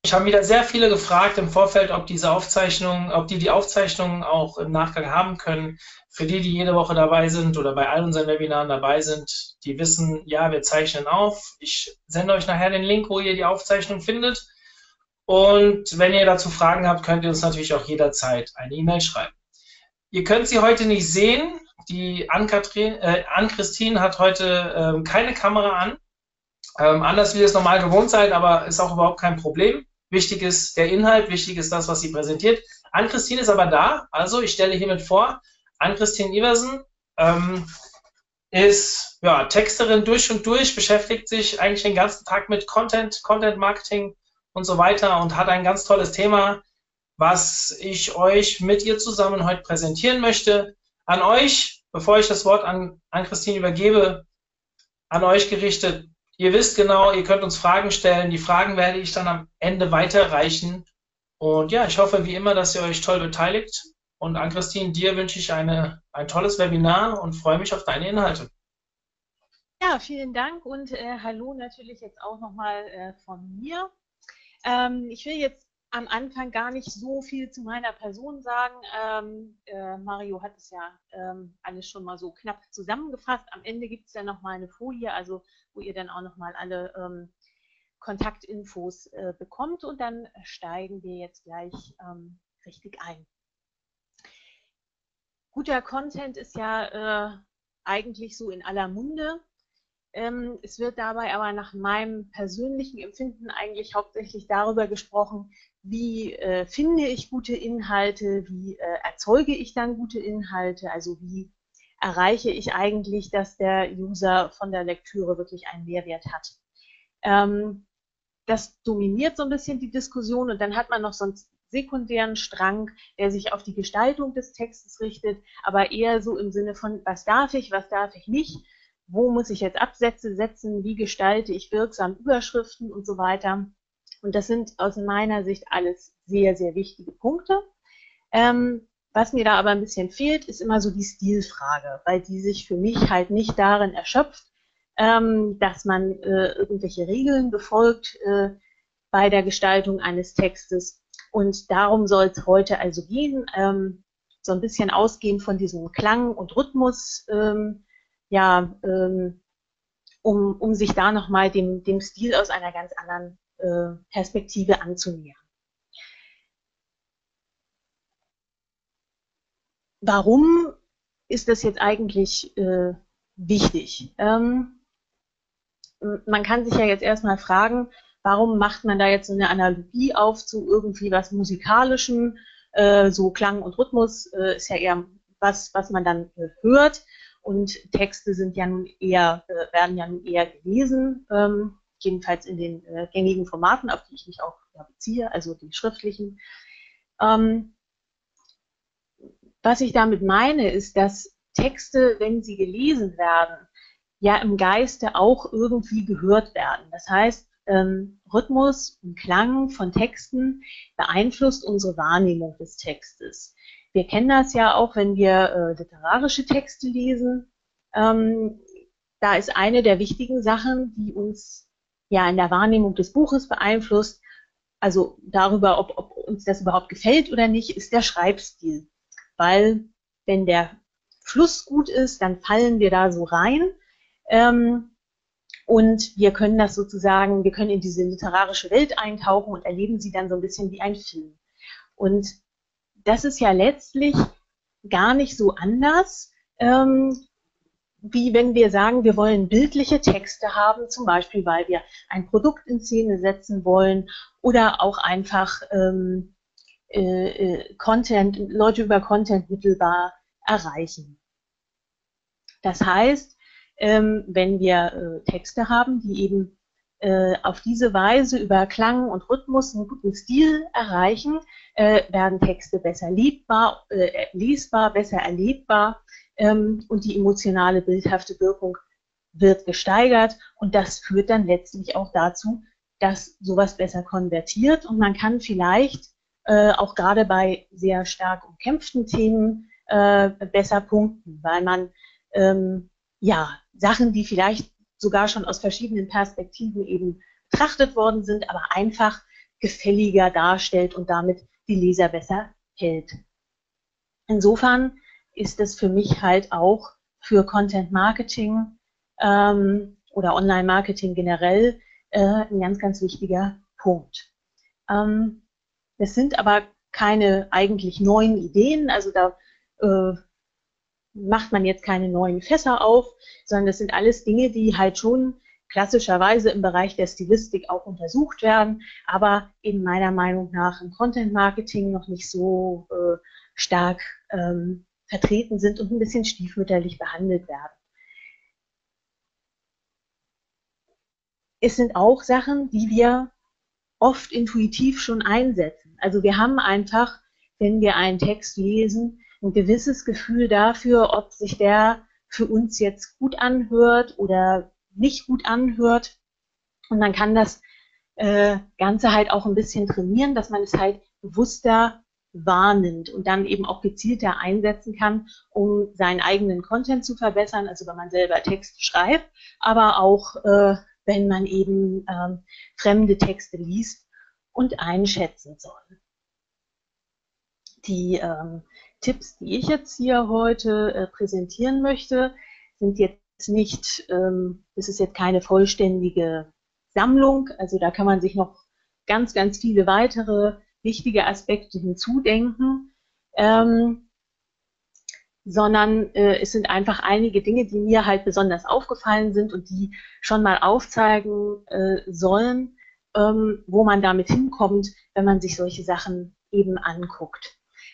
mich haben wieder sehr viele gefragt im Vorfeld, ob diese Aufzeichnungen, ob die Aufzeichnungen auch im Nachgang haben können. Für die, die jede Woche dabei sind oder bei all unseren Webinaren dabei sind, die wissen, ja, wir zeichnen auf. Ich sende euch nachher den Link, wo ihr die Aufzeichnung findet. Und wenn ihr dazu Fragen habt, könnt ihr uns natürlich auch jederzeit eine E-Mail schreiben. Ihr könnt sie heute nicht sehen. Die Ann-Christine hat heute keine Kamera an. Anders wie ihr es normal gewohnt seid, aber ist auch überhaupt kein Problem. Wichtig ist der Inhalt, wichtig ist das, was sie präsentiert. Ann-Christine ist aber da, also ich stelle hiermit vor, Ann-Christine Iversen ist ja, Texterin durch und durch, beschäftigt sich eigentlich den ganzen Tag mit Content, Content Marketing und so weiter und hat ein ganz tolles Thema, was ich euch mit ihr zusammen heute präsentieren möchte. An euch, bevor ich das Wort an Ann-Christine übergebe, an euch gerichtet. Ihr wisst genau, ihr könnt uns Fragen stellen. Die Fragen werde ich dann am Ende weiterreichen. Und ja, ich hoffe wie immer, dass ihr euch toll beteiligt. Und Ann-Christine, dir wünsche ich ein tolles Webinar und freue mich auf deine Inhalte. Ja, vielen Dank und hallo natürlich jetzt auch nochmal von mir. Ich will jetzt am Anfang gar nicht so viel zu meiner Person sagen. Mario hat es ja alles schon mal so knapp zusammengefasst. Am Ende gibt es ja nochmal eine Folie, also wo ihr dann auch nochmal alle Kontaktinfos bekommt und dann steigen wir jetzt gleich richtig ein. Guter Content ist ja eigentlich so in aller Munde. Es wird dabei aber nach meinem persönlichen Empfinden eigentlich hauptsächlich darüber gesprochen, wie finde ich gute Inhalte, wie erzeuge ich dann gute Inhalte, also wie erreiche ich eigentlich, dass der User von der Lektüre wirklich einen Mehrwert hat. Das dominiert so ein bisschen die Diskussion und dann hat man noch so einen sekundären Strang, der sich auf die Gestaltung des Textes richtet, aber eher so im Sinne von, was darf ich nicht, wo muss ich jetzt Absätze setzen, wie gestalte ich wirksam Überschriften und so weiter. Und das sind aus meiner Sicht alles sehr, sehr wichtige Punkte. Was mir da aber ein bisschen fehlt, ist immer so die Stilfrage, weil die sich für mich halt nicht darin erschöpft, dass man irgendwelche Regeln befolgt bei der Gestaltung eines Textes. Und darum soll es heute also gehen, so ein bisschen ausgehend von diesem Klang und Rhythmus, ja, um sich da nochmal dem Stil aus einer ganz anderen Perspektive anzunähern. Warum ist das jetzt eigentlich wichtig? Man kann sich ja jetzt erstmal fragen, warum macht man da jetzt so eine Analogie auf zu irgendwie was Musikalischem? So Klang und Rhythmus ist ja eher was man dann hört. Und Texte sind ja nun eher, werden ja nun eher gelesen, jedenfalls in den gängigen Formaten, auf die ich mich auch beziehe, also die schriftlichen. Was ich damit meine, ist, dass Texte, wenn sie gelesen werden, ja im Geiste auch irgendwie gehört werden. Das heißt, Rhythmus und Klang von Texten beeinflusst unsere Wahrnehmung des Textes. Wir kennen das ja auch, wenn wir literarische Texte lesen. Da ist eine der wichtigen Sachen, die uns ja in der Wahrnehmung des Buches beeinflusst, also darüber, ob uns das überhaupt gefällt oder nicht, ist der Schreibstil. Weil wenn der Fluss gut ist, dann fallen wir da so rein und wir können das sozusagen, wir können in diese literarische Welt eintauchen und erleben sie dann so ein bisschen wie ein Film. Und das ist ja letztlich gar nicht so anders, wie wenn wir sagen, wir wollen bildliche Texte haben, zum Beispiel, weil wir ein Produkt in Szene setzen wollen oder auch einfach Leute über Content mittelbar erreichen. Das heißt, wenn wir Texte haben, die eben auf diese Weise über Klang und Rhythmus einen guten Stil erreichen, werden Texte besser lesbar, besser erlebbar und die emotionale, bildhafte Wirkung wird gesteigert und das führt dann letztlich auch dazu, dass sowas besser konvertiert und man kann vielleicht auch gerade bei sehr stark umkämpften Themen besser punkten, weil man ja Sachen, die vielleicht sogar schon aus verschiedenen Perspektiven eben betrachtet worden sind, aber einfach gefälliger darstellt und damit die Leser besser hält. Insofern ist es für mich halt auch für Content Marketing oder Online Marketing generell ein ganz, ganz wichtiger Punkt. Es sind aber keine eigentlich neuen Ideen, also da macht man jetzt keine neuen Fässer auf, sondern das sind alles Dinge, die halt schon klassischerweise im Bereich der Stilistik auch untersucht werden, aber eben meiner Meinung nach im Content Marketing noch nicht so stark vertreten sind und ein bisschen stiefmütterlich behandelt werden. Es sind auch Sachen, die wir oft intuitiv schon einsetzen. Also wir haben einfach, wenn wir einen Text lesen, ein gewisses Gefühl dafür, ob sich der für uns jetzt gut anhört oder nicht gut anhört. Und man kann das Ganze halt auch ein bisschen trainieren, dass man es halt bewusster wahrnimmt und dann eben auch gezielter einsetzen kann, um seinen eigenen Content zu verbessern, also wenn man selber Text schreibt, aber auch wenn man eben fremde Texte liest und einschätzen soll. Die Tipps, die ich jetzt hier heute präsentieren möchte, sind jetzt nicht, das ist jetzt keine vollständige Sammlung, also da kann man sich noch ganz, ganz viele weitere wichtige Aspekte hinzudenken, sondern es sind einfach einige Dinge, die mir halt besonders aufgefallen sind und die schon mal aufzeigen sollen, wo man damit hinkommt, wenn man sich solche Sachen eben anguckt.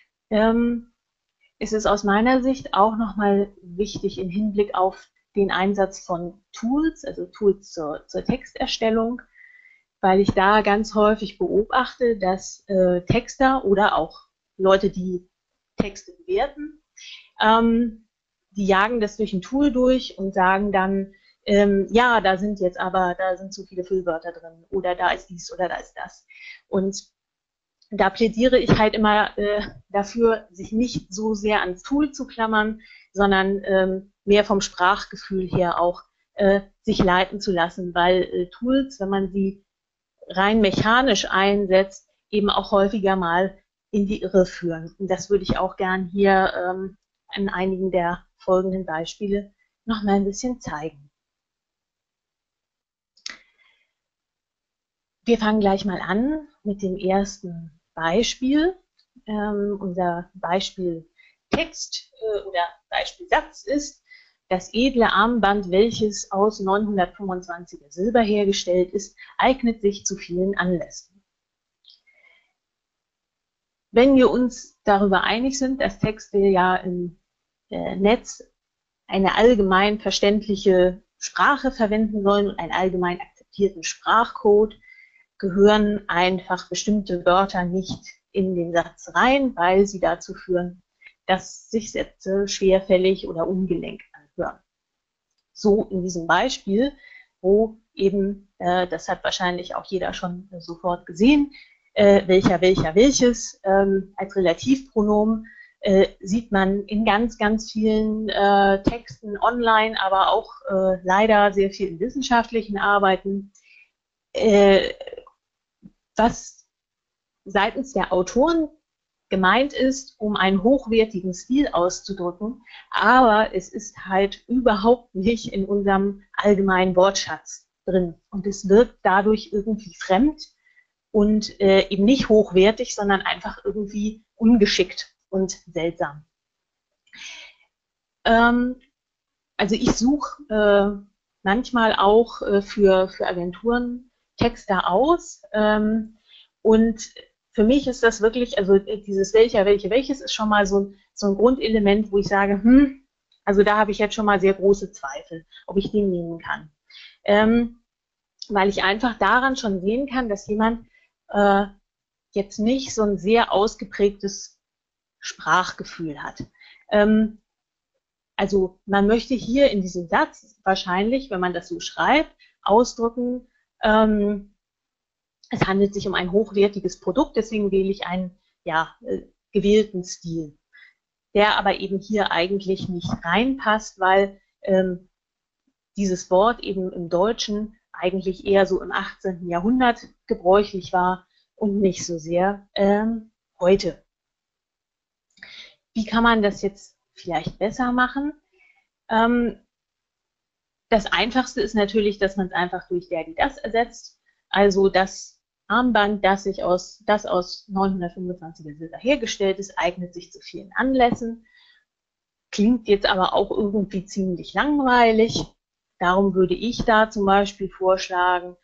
Es ist aus meiner Sicht auch nochmal wichtig im Hinblick auf den Einsatz von Tools, also Tools zur Texterstellung, weil ich da ganz häufig beobachte, dass Texter oder auch Leute, die Texte bewerten, die jagen das durch ein Tool durch und sagen dann, ja, da sind so viele Füllwörter drin oder da ist dies oder da ist das. Und da plädiere ich halt immer dafür, sich nicht so sehr ans Tool zu klammern, sondern mehr vom Sprachgefühl her auch sich leiten zu lassen, weil Tools, wenn man sie rein mechanisch einsetzt, eben auch häufiger mal in die Irre führen. Und das würde ich auch gern hier an einigen der folgenden Beispiele noch mal ein bisschen zeigen. Wir fangen gleich mal an mit dem ersten Beispiel. Unser Beispiel Text oder Beispielsatz ist: Das edle Armband, welches aus 925er Silber hergestellt ist, eignet sich zu vielen Anlässen. Wenn wir uns darüber einig sind, dass Texte ja im Netz eine allgemein verständliche Sprache verwenden sollen und einen allgemein akzeptierten Sprachcode, gehören einfach bestimmte Wörter nicht in den Satz rein, weil sie dazu führen, dass sich Sätze schwerfällig oder ungelenk anhören. So in diesem Beispiel, wo eben, das hat wahrscheinlich auch jeder schon sofort gesehen, welches als Relativpronomen sieht man in ganz, ganz vielen Texten online, aber auch leider sehr vielen wissenschaftlichen Arbeiten, was seitens der Autoren gemeint ist, um einen hochwertigen Stil auszudrücken, aber es ist halt überhaupt nicht in unserem allgemeinen Wortschatz drin. Und es wirkt dadurch irgendwie fremd und eben nicht hochwertig, sondern einfach irgendwie ungeschickt und seltsam. Also ich suche manchmal auch für Agenturen Texte aus und für mich ist das wirklich, also dieses welches ist schon mal so ein Grundelement, wo ich sage, also da habe ich jetzt schon mal sehr große Zweifel, ob ich den nehmen kann. Weil ich einfach daran schon sehen kann, dass jemand jetzt nicht so ein sehr ausgeprägtes Sprachgefühl hat. Also man möchte hier in diesem Satz wahrscheinlich, wenn man das so schreibt, ausdrücken, es handelt sich um ein hochwertiges Produkt, deswegen wähle ich einen gewählten Stil, der aber eben hier eigentlich nicht reinpasst, weil dieses Wort eben im Deutschen eigentlich eher so im 18. Jahrhundert gebräuchlich war und nicht so sehr heute. Wie kann man das jetzt vielleicht besser machen? Das Einfachste ist natürlich, dass man es einfach durch der, die das ersetzt. Also das Armband, das aus 925er Silber hergestellt ist, eignet sich zu vielen Anlässen. Klingt jetzt aber auch irgendwie ziemlich langweilig. Darum würde ich da zum Beispiel vorschlagen,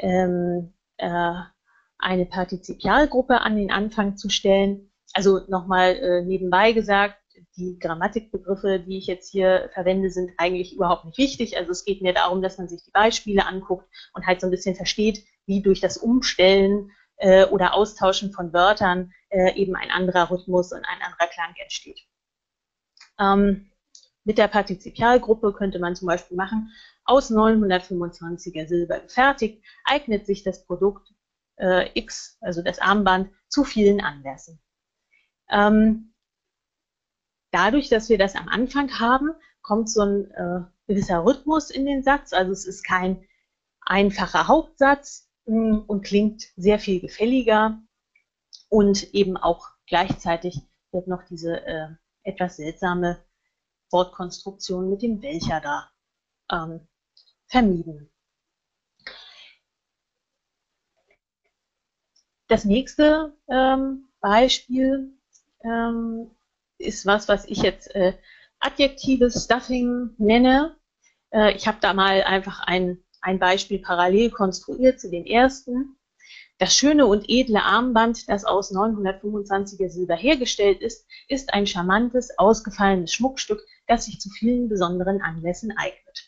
eine Partizipialgruppe an den Anfang zu stellen. Also nochmal nebenbei gesagt, die Grammatikbegriffe, die ich jetzt hier verwende, sind eigentlich überhaupt nicht wichtig. Also es geht mir darum, dass man sich die Beispiele anguckt und halt so ein bisschen versteht, wie durch das Umstellen oder Austauschen von Wörtern eben ein anderer Rhythmus und ein anderer Klang entsteht. Mit der Partizipialgruppe könnte man zum Beispiel machen, aus 925er Silber gefertigt, eignet sich das Produkt X, also das Armband, zu vielen Anlässen. Dadurch, dass wir das am Anfang haben, kommt so ein gewisser Rhythmus in den Satz. Also es ist kein einfacher Hauptsatz und klingt sehr viel gefälliger. Und eben auch gleichzeitig wird noch diese etwas seltsame Wortkonstruktion mit dem welcher da vermieden. Das nächste Beispiel ist was ich jetzt adjektives Stuffing nenne. Ich habe da mal einfach ein Beispiel parallel konstruiert zu dem ersten. Das schöne und edle Armband, das aus 925er Silber hergestellt ist, ist ein charmantes, ausgefallenes Schmuckstück, das sich zu vielen besonderen Anlässen eignet.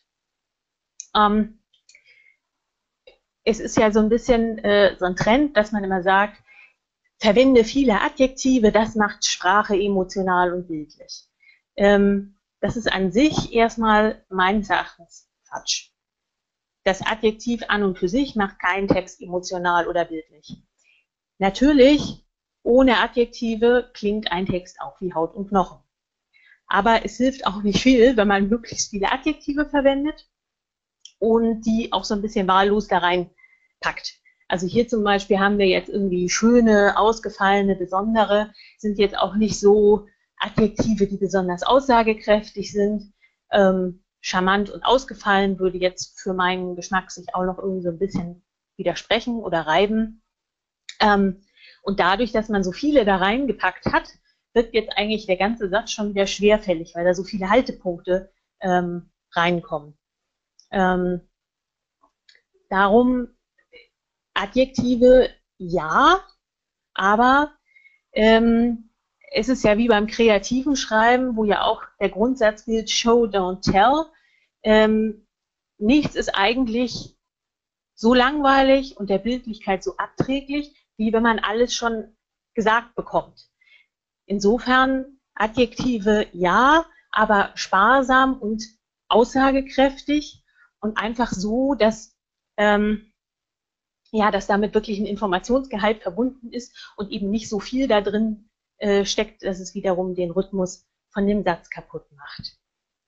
Es ist ja so ein bisschen so ein Trend, dass man immer sagt, verwende viele Adjektive, das macht Sprache emotional und bildlich. Das ist an sich erstmal meines Erachtens Quatsch. Das Adjektiv an und für sich macht keinen Text emotional oder bildlich. Natürlich, ohne Adjektive klingt ein Text auch wie Haut und Knochen. Aber es hilft auch nicht viel, wenn man möglichst viele Adjektive verwendet und die auch so ein bisschen wahllos da reinpackt. Also hier zum Beispiel haben wir jetzt irgendwie schöne, ausgefallene, besondere, sind jetzt auch nicht so Adjektive, die besonders aussagekräftig sind. Charmant und ausgefallen würde jetzt für meinen Geschmack sich auch noch irgendwie so ein bisschen widersprechen oder reiben. Und dadurch, dass man so viele da reingepackt hat, wird jetzt eigentlich der ganze Satz schon wieder schwerfällig, weil da so viele Haltepunkte reinkommen. Darum Adjektive ja, aber es ist ja wie beim kreativen Schreiben, wo ja auch der Grundsatz gilt, show, don't tell. Nichts ist eigentlich so langweilig und der Bildlichkeit so abträglich, wie wenn man alles schon gesagt bekommt. Insofern Adjektive ja, aber sparsam und aussagekräftig und einfach so, dass dass damit wirklich ein Informationsgehalt verbunden ist und eben nicht so viel da drin steckt, dass es wiederum den Rhythmus von dem Satz kaputt macht.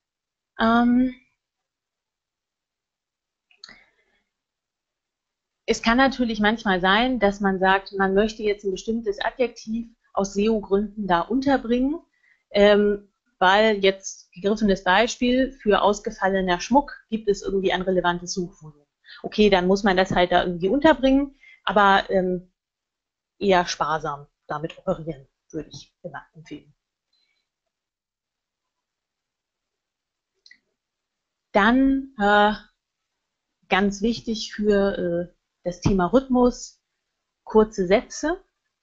Es kann natürlich manchmal sein, dass man sagt, man möchte jetzt ein bestimmtes Adjektiv aus SEO-Gründen da unterbringen, weil jetzt gegriffenes Beispiel für ausgefallener Schmuck gibt es irgendwie ein relevantes Suchvolumen. Okay, dann muss man das halt da irgendwie unterbringen, aber eher sparsam damit operieren, würde ich immer empfehlen. Dann ganz wichtig für das Thema Rhythmus, kurze Sätze.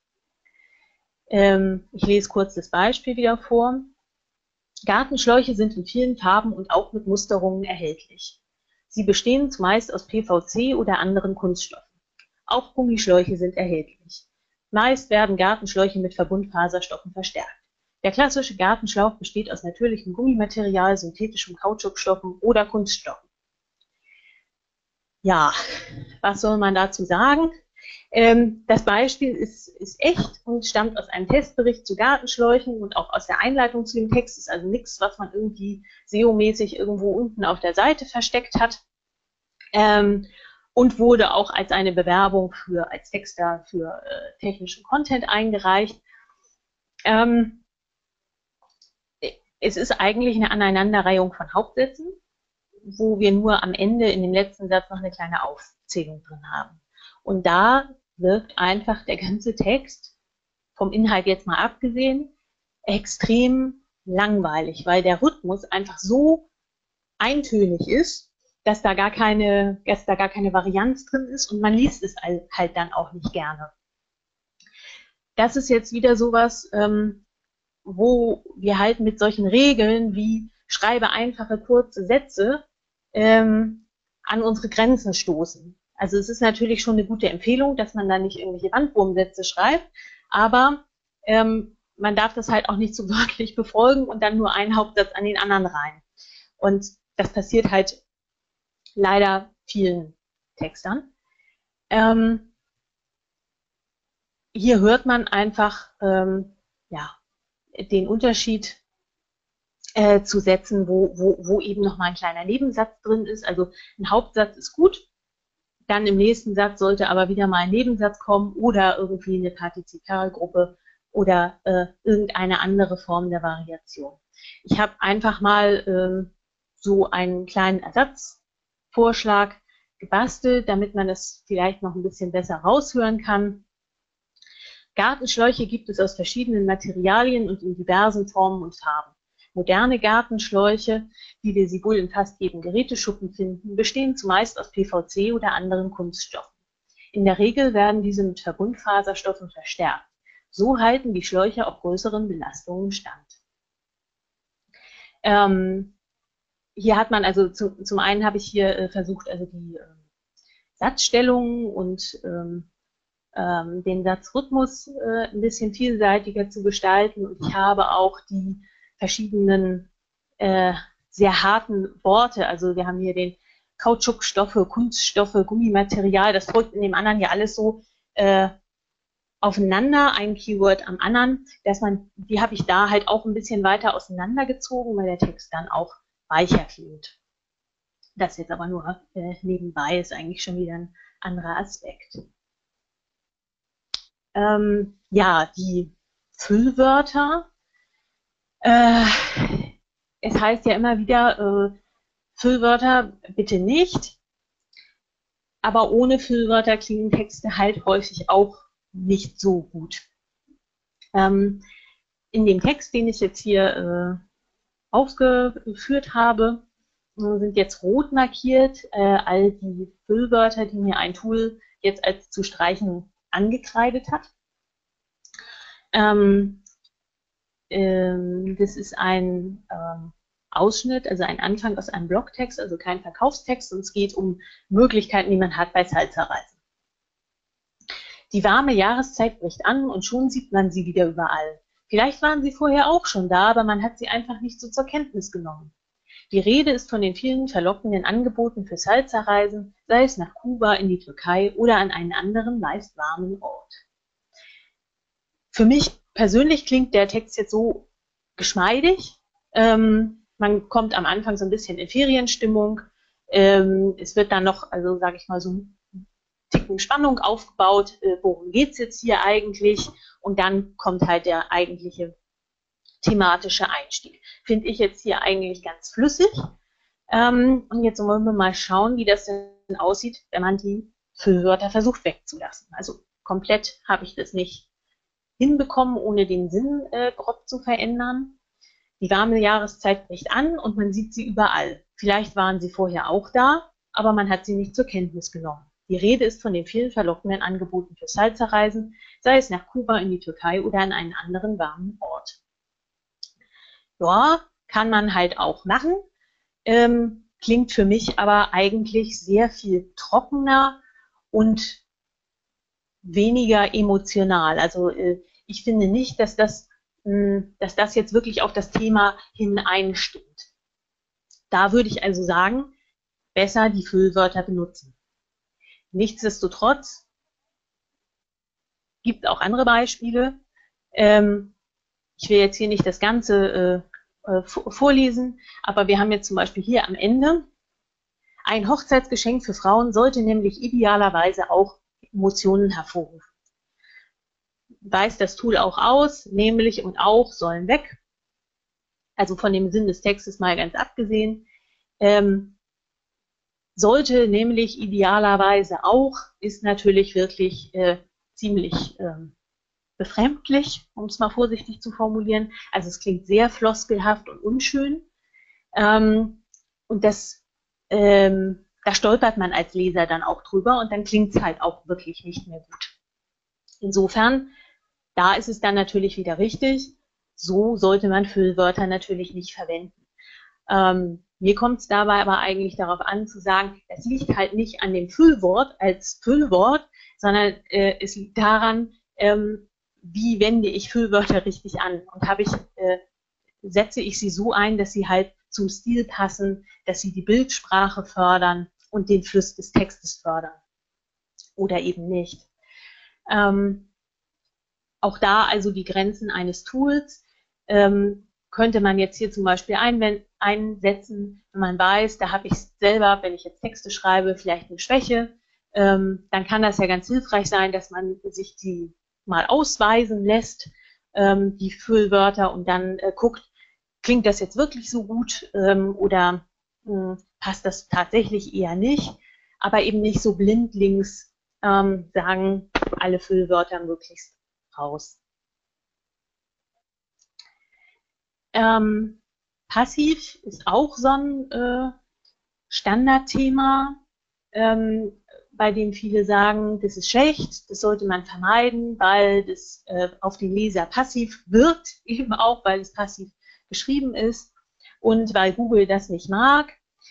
Ich lese kurz das Beispiel wieder vor. Gartenschläuche sind in vielen Farben und auch mit Musterungen erhältlich. Sie bestehen zumeist aus PVC oder anderen Kunststoffen. Auch Gummischläuche sind erhältlich. Meist werden Gartenschläuche mit Verbundfaserstoffen verstärkt. Der klassische Gartenschlauch besteht aus natürlichem Gummimaterial, synthetischem Kautschukstoffen oder Kunststoffen. Ja, was soll man dazu sagen? Das Beispiel ist echt und stammt aus einem Testbericht zu Gartenschläuchen und auch aus der Einleitung zu dem Text. Ist also nichts, was man irgendwie SEO-mäßig irgendwo unten auf der Seite versteckt hat. und wurde auch als eine Bewerbung als Texter für technischen Content eingereicht. Es ist eigentlich eine Aneinanderreihung von Hauptsätzen, wo wir nur am Ende in dem letzten Satz noch eine kleine Aufzählung drin haben. Und da wirkt einfach der ganze Text, vom Inhalt jetzt mal abgesehen, extrem langweilig, weil der Rhythmus einfach so eintönig ist, dass da gar keine Varianz drin ist und man liest es halt dann auch nicht gerne. Das ist jetzt wieder sowas, wo wir halt mit solchen Regeln wie schreibe einfache, kurze Sätze an unsere Grenzen stoßen. Also es ist natürlich schon eine gute Empfehlung, dass man da nicht irgendwelche Bandwurmsätze schreibt, aber man darf das halt auch nicht so wirklich befolgen und dann nur einen Hauptsatz an den anderen rein. Und das passiert halt leider vielen Textern. Hier hört man einfach den Unterschied zu Sätzen, wo eben nochmal ein kleiner Nebensatz drin ist. Also ein Hauptsatz ist gut, dann im nächsten Satz sollte aber wieder mal ein Nebensatz kommen oder irgendwie eine Partizipalgruppe oder irgendeine andere Form der Variation. Ich habe einfach mal so einen kleinen Ersatzvorschlag gebastelt, damit man das vielleicht noch ein bisschen besser raushören kann. Gartenschläuche gibt es aus verschiedenen Materialien und in diversen Formen und Farben. Moderne Gartenschläuche, wie wir sie wohl in fast jedem Geräteschuppen finden, bestehen zumeist aus PVC oder anderen Kunststoffen. In der Regel werden diese mit Verbundfaserstoffen verstärkt. So halten die Schläuche auch größeren Belastungen stand. Hier hat man also zum einen habe ich hier versucht, also die Satzstellungen und den Satzrhythmus ein bisschen vielseitiger zu gestalten. Und ich habe auch die verschiedenen sehr harten Worte, also wir haben hier den Kautschukstoffe, Kunststoffe, Gummimaterial, das drückt in dem anderen ja alles so aufeinander, ein Keyword am anderen, die habe ich da halt auch ein bisschen weiter auseinandergezogen, weil der Text dann auch weicher klingt. Das jetzt aber nur nebenbei, ist eigentlich schon wieder ein anderer Aspekt. Die Füllwörter. Es heißt ja immer wieder, Füllwörter bitte nicht, aber ohne Füllwörter klingen Texte halt häufig auch nicht so gut. In dem Text, den ich jetzt hier aufgeführt habe, sind jetzt rot markiert all die Füllwörter, die mir ein Tool jetzt als zu streichen angekreidet hat. Das ist ein Ausschnitt, also ein Anfang aus einem Blogtext, also kein Verkaufstext, und es geht um Möglichkeiten, die man hat bei Salzerreisen. Die warme Jahreszeit bricht an und schon sieht man sie wieder überall. Vielleicht waren sie vorher auch schon da, aber man hat sie einfach nicht so zur Kenntnis genommen. Die Rede ist von den vielen verlockenden Angeboten für Salzerreisen, sei es nach Kuba, in die Türkei oder an einen anderen, meist warmen Ort. Für mich persönlich klingt der Text jetzt so geschmeidig. Man kommt am Anfang so ein bisschen in Ferienstimmung. Es wird dann noch, also sage ich mal, so ein Ticken Spannung aufgebaut. Worum geht's jetzt hier eigentlich? Und dann kommt halt der eigentliche thematische Einstieg. Finde ich jetzt hier eigentlich ganz flüssig. Und jetzt wollen wir mal schauen, wie das denn aussieht, wenn man die Füllwörter versucht wegzulassen. Also komplett habe ich das nicht hinbekommen, ohne den Sinn grob zu verändern. Die warme Jahreszeit bricht an und man sieht sie überall. Vielleicht waren sie vorher auch da, aber man hat sie nicht zur Kenntnis genommen. Die Rede ist von den vielen verlockenden Angeboten für Salzerreisen, sei es nach Kuba, in die Türkei oder an einen anderen warmen Ort. Ja, kann man halt auch machen. Klingt für mich aber eigentlich sehr viel trockener und weniger emotional. Also ich finde nicht, dass das jetzt wirklich auf das Thema hineinstimmt. Da würde ich also sagen, besser die Füllwörter benutzen. Nichtsdestotrotz gibt auch andere Beispiele. Ich will jetzt hier nicht das Ganze vorlesen, aber wir haben jetzt zum Beispiel hier am Ende Ein Hochzeitsgeschenk für Frauen sollte nämlich idealerweise auch Emotionen hervorrufen. Weist das Tool auch aus, nämlich und auch sollen weg. Also von dem Sinn des Textes mal ganz abgesehen. Sollte nämlich idealerweise auch, ist natürlich wirklich ziemlich befremdlich, um es mal vorsichtig zu formulieren. Also es klingt sehr floskelhaft und unschön. Und da stolpert man als Leser dann auch drüber und dann klingt es halt auch wirklich nicht mehr gut. Insofern, da ist es dann natürlich wieder richtig, so sollte man Füllwörter natürlich nicht verwenden. Mir kommt es dabei aber eigentlich darauf an zu sagen, das liegt halt nicht an dem Füllwort als Füllwort, sondern es liegt daran, wie wende ich Füllwörter richtig an und setze ich sie so ein, dass sie halt zum Stil passen, dass sie die Bildsprache fördern und den Fluss des Textes fördern oder eben nicht. Auch da also die Grenzen eines Tools könnte man jetzt hier zum Beispiel einsetzen, wenn man weiß, da habe ich selber, wenn ich jetzt Texte schreibe, vielleicht eine Schwäche, dann kann das ja ganz hilfreich sein, dass man sich die mal ausweisen lässt, die Füllwörter, und dann guckt, klingt das jetzt wirklich so gut oder passt das tatsächlich eher nicht, aber eben nicht so blindlings sagen, alle Füllwörter möglichst raus. Passiv ist auch so ein Standardthema, bei dem viele sagen, das ist schlecht, das sollte man vermeiden, weil das auf den Leser passiv wirkt, eben auch, weil es passiv geschrieben ist und weil Google das nicht mag.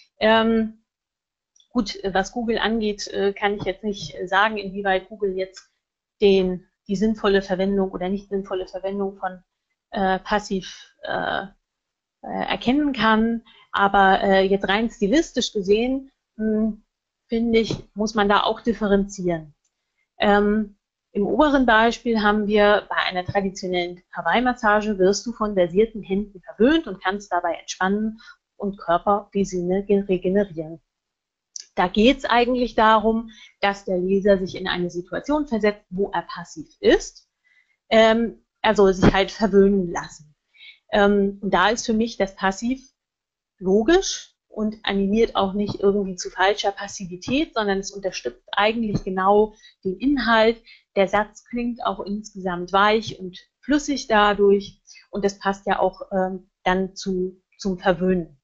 Gut, was Google angeht, kann ich jetzt nicht sagen, inwieweit Google jetzt die sinnvolle Verwendung oder nicht sinnvolle Verwendung von passiv erkennen kann. Aber jetzt rein stilistisch gesehen, finde ich, muss man da auch differenzieren. Im oberen Beispiel haben wir bei einer traditionellen Hawaii-Massage wirst du von versierten Händen verwöhnt und kannst dabei entspannen und Körpervisionen regenerieren. Da geht es eigentlich darum, dass der Leser sich in eine Situation versetzt, wo er passiv ist. Er soll sich halt verwöhnen lassen. Und da ist für mich das Passiv logisch und animiert auch nicht irgendwie zu falscher Passivität, sondern es unterstützt eigentlich genau den Inhalt. Der Satz klingt auch insgesamt weich und flüssig dadurch und das passt ja auch dann zum Verwöhnen.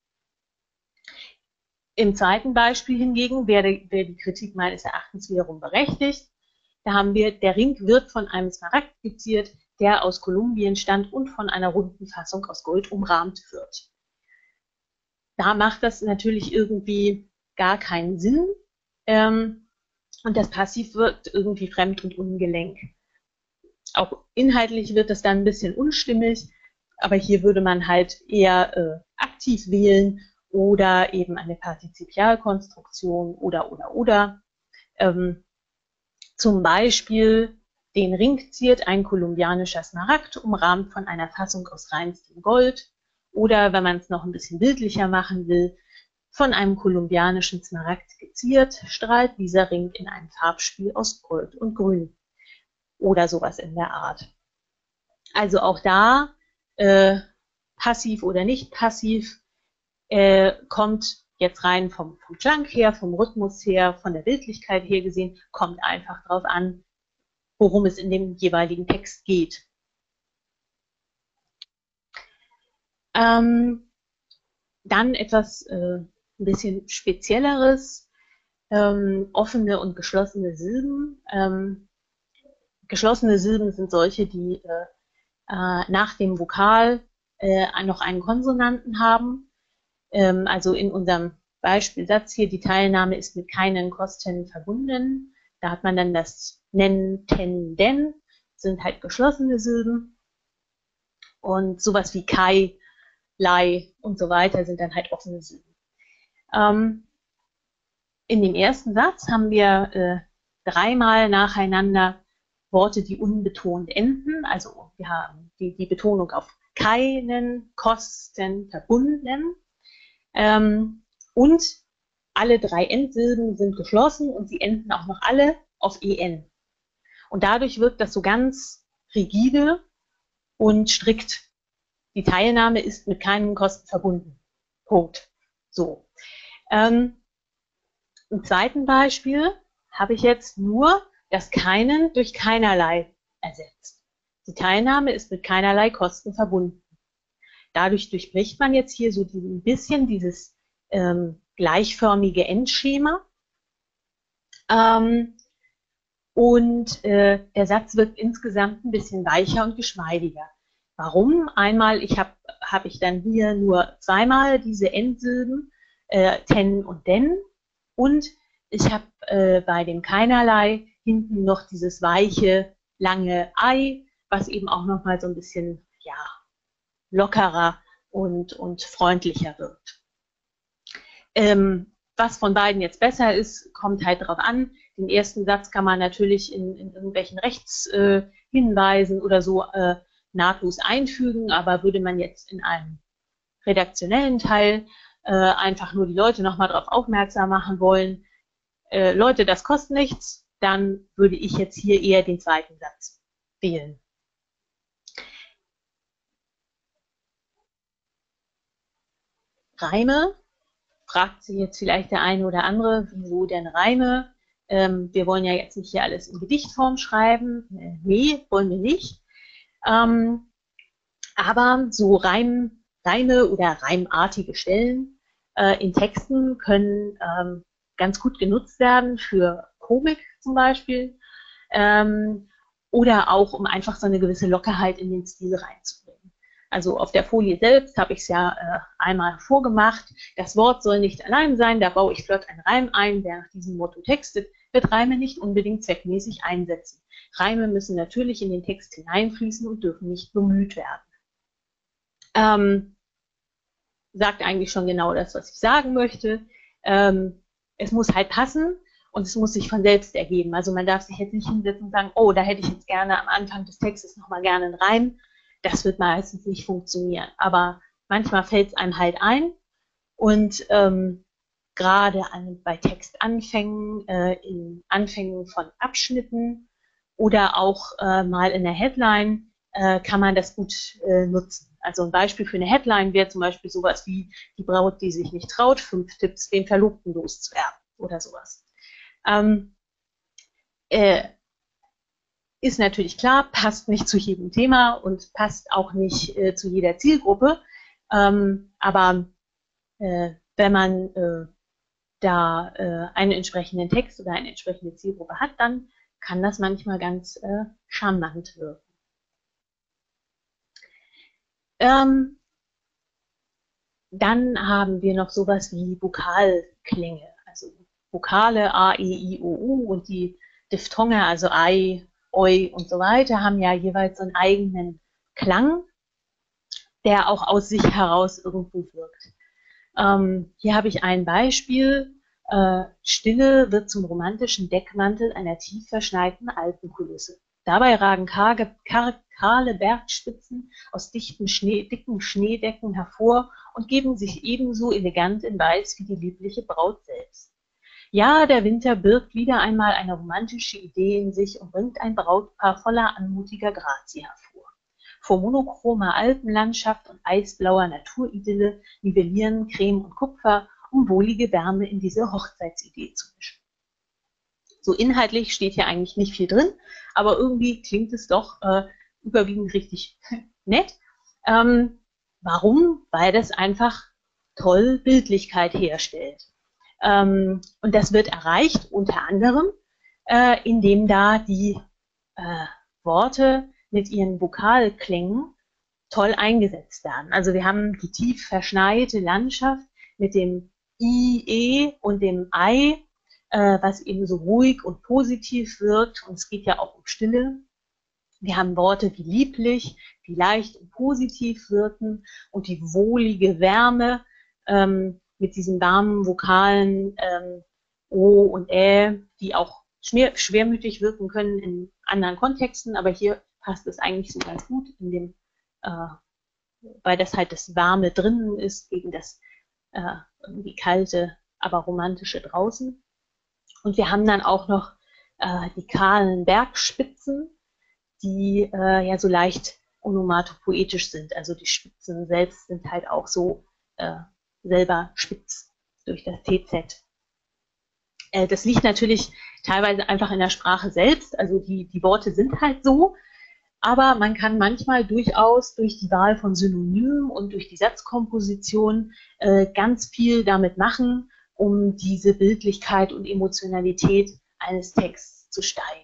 Im zweiten Beispiel hingegen wäre die Kritik meines Erachtens wiederum berechtigt. Da haben wir, der Ring wird von einem Smaragd skizziert, der aus Kolumbien stammt und von einer runden Fassung aus Gold umrahmt wird. Da macht das natürlich irgendwie gar keinen Sinn und das Passiv wirkt irgendwie fremd und ungelenk. Auch inhaltlich wird das dann ein bisschen unstimmig, aber hier würde man halt eher aktiv wählen oder eben eine Partizipialkonstruktion oder. Zum Beispiel den Ring ziert ein kolumbianischer Smaragd, umrahmt von einer Fassung aus reinstem Gold. Oder wenn man es noch ein bisschen bildlicher machen will, von einem kolumbianischen Smaragd geziert, strahlt dieser Ring in einem Farbspiel aus Gold und Grün. Oder sowas in der Art. Also auch da, passiv oder nicht passiv, kommt jetzt rein vom Klang her, vom Rhythmus her, von der Bildlichkeit her gesehen, kommt einfach drauf an, worum es in dem jeweiligen Text geht. Dann etwas ein bisschen Spezielleres, offene und geschlossene Silben. Geschlossene Silben sind solche, die nach dem Vokal noch einen Konsonanten haben. Also in unserem Beispielsatz hier, die Teilnahme ist mit keinen Kosten verbunden. Da hat man dann das Nen, Ten, Den, sind halt geschlossene Silben. Und sowas wie Kai, Lai und so weiter sind dann halt offene Silben. In dem ersten Satz haben wir dreimal nacheinander Worte, die unbetont enden. Also wir haben die Betonung auf keinen Kosten verbunden. Und alle 3 Endsilben sind geschlossen und sie enden auch noch alle auf en. Und dadurch wirkt das so ganz rigide und strikt. Die Teilnahme ist mit keinen Kosten verbunden. Punkt. So. Im zweiten Beispiel habe ich jetzt nur das Keinen durch keinerlei ersetzt. Die Teilnahme ist mit keinerlei Kosten verbunden. Dadurch durchbricht man jetzt hier so ein bisschen dieses gleichförmige Endschema. Und der Satz wird insgesamt ein bisschen weicher und geschmeidiger. Warum? Einmal hab ich dann hier nur zweimal diese Endsilben, ten und denn, und ich habe bei dem keinerlei hinten noch dieses weiche, lange Ei, was eben auch nochmal so ein bisschen, ja, lockerer und freundlicher wirkt. Was von beiden jetzt besser ist, kommt halt drauf an. Den ersten Satz kann man natürlich in irgendwelchen Rechtshinweisen oder so nahtlos einfügen, aber würde man jetzt in einem redaktionellen Teil einfach nur die Leute nochmal darauf aufmerksam machen wollen, Leute, das kostet nichts, dann würde ich jetzt hier eher den zweiten Satz wählen. Reime, fragt sich jetzt vielleicht der eine oder andere, wieso denn Reime? Wir wollen ja jetzt nicht hier alles in Gedichtform schreiben. Nee, wollen wir nicht. Aber so Reime oder reimartige Stellen in Texten können ganz gut genutzt werden für Komik zum Beispiel oder auch, um einfach so eine gewisse Lockerheit in den Stil reinzubringen. Also auf der Folie selbst habe ich es ja einmal vorgemacht. Das Wort soll nicht allein sein, da baue ich flott einen Reim ein. Wer nach diesem Motto textet, wird Reime nicht unbedingt zweckmäßig einsetzen. Reime müssen natürlich in den Text hineinfließen und dürfen nicht bemüht werden. Sagt eigentlich schon genau das, was ich sagen möchte. Es muss halt passen und es muss sich von selbst ergeben. Also man darf sich jetzt nicht hinsetzen und sagen, oh, da hätte ich jetzt gerne am Anfang des Textes nochmal gerne einen Reim. Das wird meistens nicht funktionieren. Aber manchmal fällt es einem halt ein. Und gerade bei Textanfängen, in Anfängen von Abschnitten oder auch mal in der Headline kann man das gut nutzen. Also ein Beispiel für eine Headline wäre zum Beispiel sowas wie die Braut, die sich nicht traut, 5 Tipps, den Verlobten loszuwerden oder sowas. Ist natürlich klar, passt nicht zu jedem Thema und passt auch nicht zu jeder Zielgruppe. Aber wenn man da einen entsprechenden Text oder eine entsprechende Zielgruppe hat, dann kann das manchmal ganz charmant wirken. Dann haben wir noch sowas wie Vokalklänge, also Vokale A, E, I, O, U und die Diphthonge, also Ei, Oi und so weiter, haben ja jeweils so einen eigenen Klang, der auch aus sich heraus irgendwo wirkt. Hier habe ich ein Beispiel. Stille wird zum romantischen Deckmantel einer tief verschneiten Alpenkulisse. Dabei ragen kahle Bergspitzen aus dicken Schneedecken hervor und geben sich ebenso elegant in Weiß wie die liebliche Braut selbst. Ja, der Winter birgt wieder einmal eine romantische Idee in sich und bringt ein Brautpaar voller anmutiger Grazie hervor. Vor monochromer Alpenlandschaft und eisblauer Naturidylle nivellieren Creme und Kupfer, um wohlige Wärme in diese Hochzeitsidee zu mischen. So inhaltlich steht hier eigentlich nicht viel drin, aber irgendwie klingt es doch überwiegend richtig nett. Warum? Weil das einfach toll Bildlichkeit herstellt. Und das wird erreicht unter anderem, indem da die Worte mit ihren Vokalklängen toll eingesetzt werden. Also wir haben die tief verschneite Landschaft mit dem I, E und dem Ei, was eben so ruhig und positiv wirkt. Und es geht ja auch um Stille. Wir haben Worte wie lieblich, die leicht und positiv wirken und die wohlige Wärme mit diesen warmen Vokalen O und Ä, die auch schwermütig wirken können in anderen Kontexten, aber hier passt es eigentlich so ganz gut, in dem, weil das halt das Warme drinnen ist gegen das irgendwie kalte aber romantische draußen. Und wir haben dann auch noch die kahlen Bergspitzen, die ja so leicht onomatopoetisch sind. Also die Spitzen selbst sind halt auch so selber spitz durch das TZ. Das liegt natürlich teilweise einfach in der Sprache selbst. Also die Worte sind halt so. Aber man kann manchmal durchaus durch die Wahl von Synonymen und durch die Satzkomposition ganz viel damit machen, um diese Bildlichkeit und Emotionalität eines Texts zu steigern.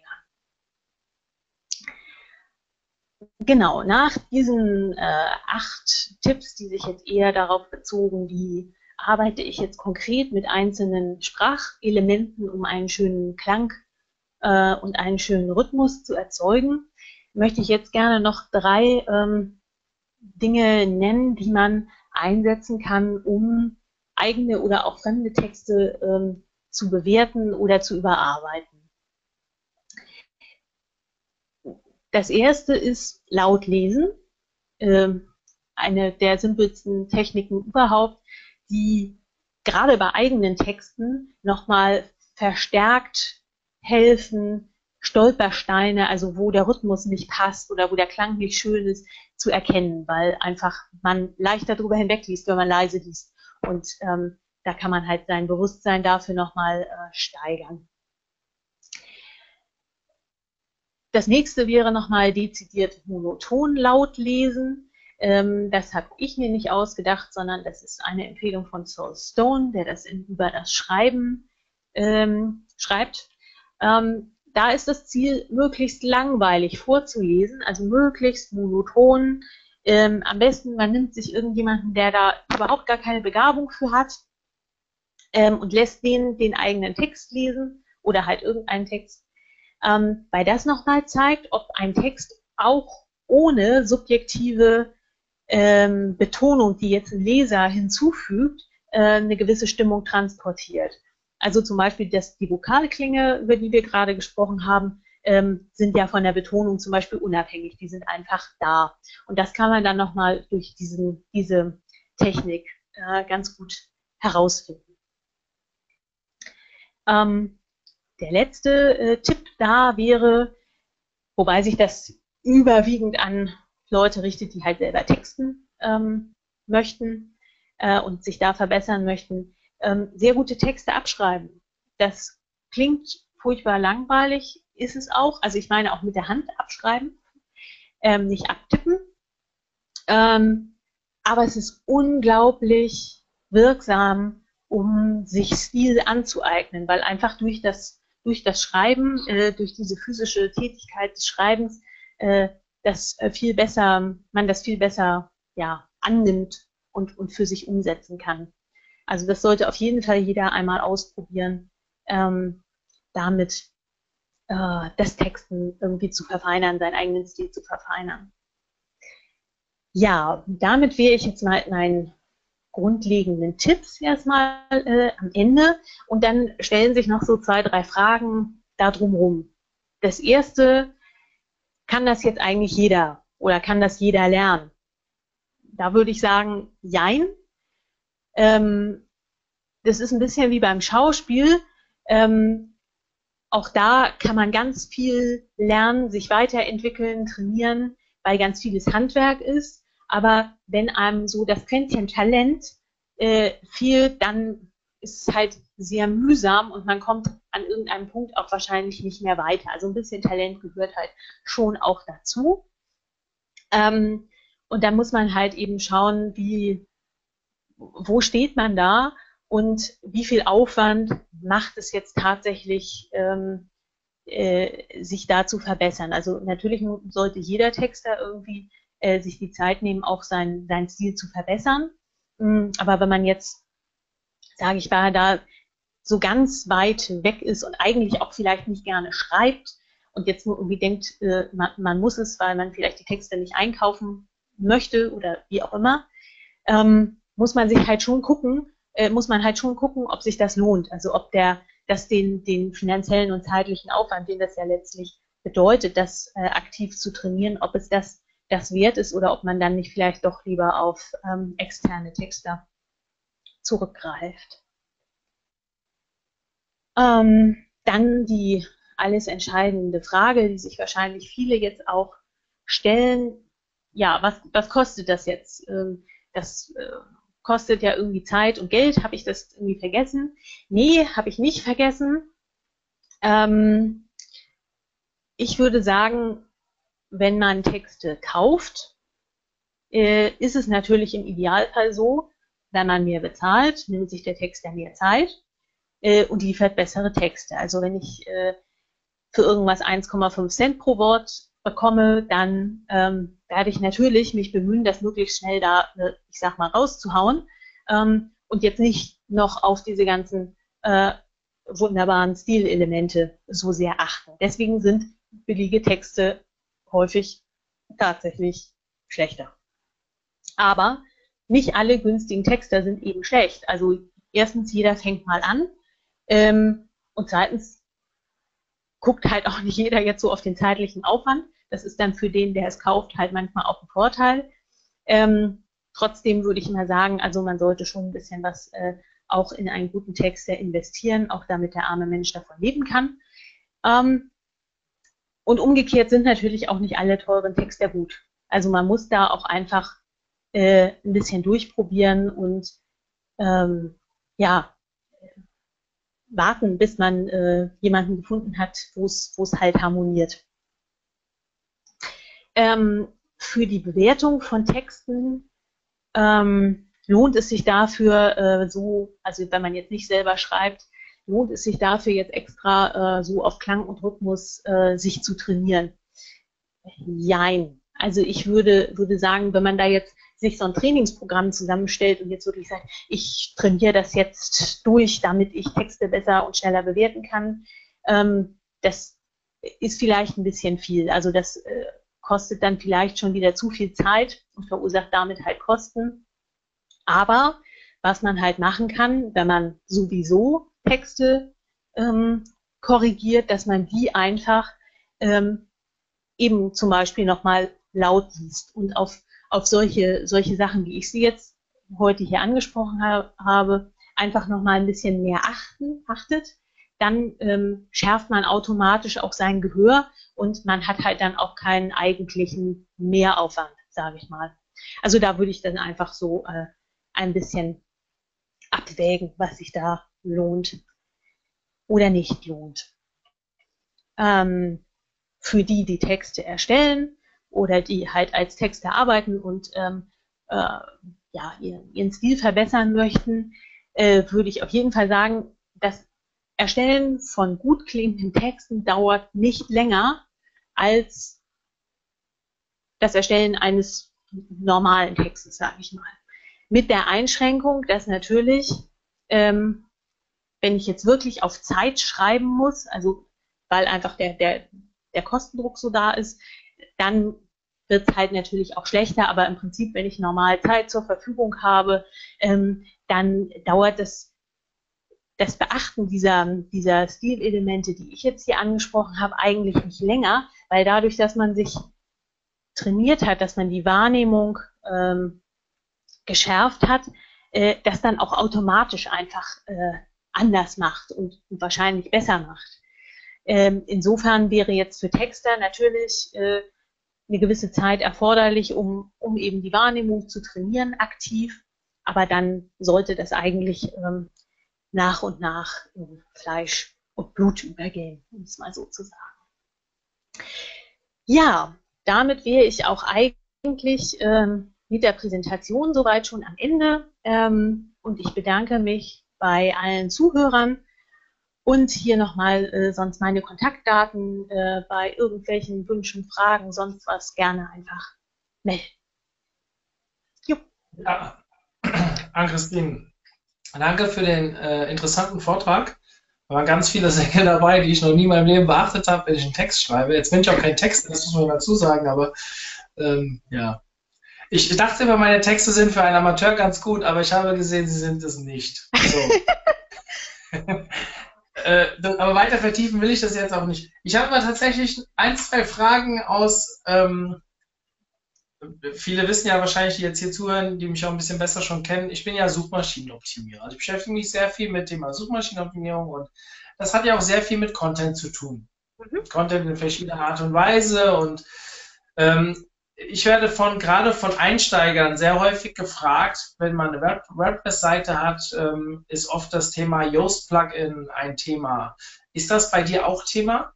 Genau, nach diesen 8 Tipps, die sich jetzt eher darauf bezogen, wie arbeite ich jetzt konkret mit einzelnen Sprachelementen, um einen schönen Klang und einen schönen Rhythmus zu erzeugen, möchte ich jetzt gerne noch 3 Dinge nennen, die man einsetzen kann, um eigene oder auch fremde Texte zu bewerten oder zu überarbeiten. Das erste ist laut lesen, eine der simpelsten Techniken überhaupt, die gerade bei eigenen Texten nochmal verstärkt helfen, Stolpersteine, also wo der Rhythmus nicht passt oder wo der Klang nicht schön ist, zu erkennen, weil einfach man leichter drüber hinwegliest, wenn man leise liest. Und da kann man halt sein Bewusstsein dafür nochmal steigern. Das nächste wäre nochmal dezidiert monoton laut lesen. Das habe ich mir nicht ausgedacht, sondern das ist eine Empfehlung von Saul Stone, der das über das Schreiben schreibt. Da ist das Ziel, möglichst langweilig vorzulesen, also möglichst monoton. Am besten, man nimmt sich irgendjemanden, der da überhaupt gar keine Begabung für hat und lässt den eigenen Text lesen oder halt irgendeinen Text. Weil das nochmal zeigt, ob ein Text auch ohne subjektive Betonung, die jetzt ein Leser hinzufügt, eine gewisse Stimmung transportiert. Also zum Beispiel die Vokalklänge, über die wir gerade gesprochen haben, sind ja von der Betonung zum Beispiel unabhängig. Die sind einfach da. Und das kann man dann nochmal durch diese Technik ganz gut herausfinden. Der letzte Tipp da wäre, wobei sich das überwiegend an Leute richtet, die halt selber texten möchten und sich da verbessern möchten, sehr gute Texte abschreiben. Das klingt furchtbar langweilig, ist es auch. Also ich meine auch mit der Hand abschreiben, nicht abtippen. Aber es ist unglaublich wirksam, um sich Stil anzueignen, weil einfach durch das Schreiben, durch diese physische Tätigkeit des Schreibens, man das viel besser ja, annimmt und für sich umsetzen kann. Also das sollte auf jeden Fall jeder einmal ausprobieren, damit das Texten irgendwie zu verfeinern, seinen eigenen Stil zu verfeinern. Ja, damit wäre ich jetzt mal in meinen grundlegenden Tipps erstmal am Ende und dann stellen sich noch so 2, 3 Fragen da drumherum. Das erste, kann das jetzt eigentlich jeder oder kann das jeder lernen? Da würde ich sagen, jein. Das ist ein bisschen wie beim Schauspiel. Auch da kann man ganz viel lernen, sich weiterentwickeln, trainieren, weil ganz vieles Handwerk ist. Aber wenn einem so das Quäntchen Talent fehlt, dann ist es halt sehr mühsam und man kommt an irgendeinem Punkt auch wahrscheinlich nicht mehr weiter. Also ein bisschen Talent gehört halt schon auch dazu. Und da muss man halt eben schauen, wo steht man da und wie viel Aufwand macht es jetzt tatsächlich, sich da zu verbessern. Also natürlich sollte jeder Texter irgendwie sich die Zeit nehmen, auch sein Stil zu verbessern. Aber wenn man jetzt, sage ich mal, da so ganz weit weg ist und eigentlich auch vielleicht nicht gerne schreibt und jetzt nur irgendwie denkt, man muss es, weil man vielleicht die Texte nicht einkaufen möchte oder wie auch immer, muss man halt schon gucken, ob sich das lohnt. Also ob das den finanziellen und zeitlichen Aufwand, den das ja letztlich bedeutet, das aktiv zu trainieren, ob es das wert ist oder ob man dann nicht vielleicht doch lieber auf externe Texter zurückgreift. Dann die alles entscheidende Frage, die sich wahrscheinlich viele jetzt auch stellen. Ja, was kostet das jetzt? Das kostet ja irgendwie Zeit und Geld. Habe ich das irgendwie vergessen? Nee, habe ich nicht vergessen. Ich würde sagen, wenn man Texte kauft, ist es natürlich im Idealfall so, wenn man mehr bezahlt, nimmt sich der Texter mehr Zeit und liefert bessere Texte. Also wenn ich für irgendwas 1,5 Cent pro Wort bekomme, dann werde ich natürlich mich bemühen, das möglichst schnell da, ich sag mal, rauszuhauen und jetzt nicht noch auf diese ganzen wunderbaren Stilelemente so sehr achten. Deswegen sind billige Texte häufig tatsächlich schlechter. Aber nicht alle günstigen Texter sind eben schlecht. Also erstens, jeder fängt mal an und zweitens guckt halt auch nicht jeder jetzt so auf den zeitlichen Aufwand. Das ist dann für den, der es kauft, halt manchmal auch ein Vorteil. Trotzdem würde ich mal sagen, also man sollte schon ein bisschen was auch in einen guten Texter investieren, auch damit der arme Mensch davon leben kann. Und umgekehrt sind natürlich auch nicht alle teuren Texter gut. Also man muss da auch einfach ein bisschen durchprobieren und ja, warten, bis man jemanden gefunden hat, wo es halt harmoniert. Für die Bewertung von Texten lohnt es sich dafür also wenn man jetzt nicht selber schreibt, lohnt es sich dafür jetzt extra so auf Klang und Rhythmus sich zu trainieren? Jein. Also ich würde sagen, wenn man da jetzt sich so ein Trainingsprogramm zusammenstellt und jetzt wirklich sagt, ich trainiere das jetzt durch, damit ich Texte besser und schneller bewerten kann, das ist vielleicht ein bisschen viel. Also das kostet dann vielleicht schon wieder zu viel Zeit und verursacht damit halt Kosten. Aber was man halt machen kann, wenn man sowieso Texte korrigiert, dass man die einfach eben zum Beispiel nochmal laut liest und auf solche Sachen, wie ich sie jetzt heute hier angesprochen habe, einfach nochmal ein bisschen mehr achtet, dann schärft man automatisch auch sein Gehör und man hat halt dann auch keinen eigentlichen Mehraufwand, sage ich mal. Also da würde ich dann einfach so ein bisschen abwägen, was sich da lohnt oder nicht lohnt. Für die Texte erstellen oder die halt als Texter arbeiten und ja, ihren Stil verbessern möchten, würde ich auf jeden Fall sagen, das Erstellen von gut klingenden Texten dauert nicht länger als das Erstellen eines normalen Textes, sage ich mal. Mit der Einschränkung, dass natürlich, wenn ich jetzt wirklich auf Zeit schreiben muss, also weil einfach der Kostendruck so da ist, dann wird es halt natürlich auch schlechter, aber im Prinzip, wenn ich normal Zeit zur Verfügung habe, dann dauert das Beachten dieser Stilelemente, die ich jetzt hier angesprochen habe, eigentlich nicht länger, weil dadurch, dass man sich trainiert hat, dass man die Wahrnehmung geschärft hat, das dann auch automatisch einfach anders macht und wahrscheinlich besser macht. Insofern wäre jetzt für Texter natürlich eine gewisse Zeit erforderlich, um eben die Wahrnehmung zu trainieren, aktiv, aber dann sollte das eigentlich nach und nach in Fleisch und Blut übergehen, um es mal so zu sagen. Ja, damit wäre ich auch eigentlich mit der Präsentation soweit schon am Ende und ich bedanke mich bei allen Zuhörern und hier nochmal sonst meine Kontaktdaten bei irgendwelchen Wünschen, Fragen, sonst was gerne einfach melden. Jo. Ja, Ann-Christine, danke für den interessanten Vortrag. Da waren ganz viele Dinge dabei, die ich noch nie in meinem Leben beachtet habe, wenn ich einen Text schreibe. Jetzt bin ich auch kein Text, das muss man dazu sagen, aber ja. Ich dachte immer, meine Texte sind für einen Amateur ganz gut, aber ich habe gesehen, sie sind es nicht. So. Aber weiter vertiefen will ich das jetzt auch nicht. Ich habe mal tatsächlich 1, 2 Fragen aus viele wissen ja wahrscheinlich, die jetzt hier zuhören, die mich auch ein bisschen besser schon kennen, ich bin ja Suchmaschinenoptimierer. Also ich beschäftige mich sehr viel mit dem Thema Suchmaschinenoptimierung und das hat ja auch sehr viel mit Content zu tun. Mhm. Content in verschiedener Art und Weise und ähm, ich werde gerade von Einsteigern sehr häufig gefragt, wenn man eine WordPress-Seite hat, ist oft das Thema Yoast-Plugin ein Thema. Ist das bei dir auch Thema?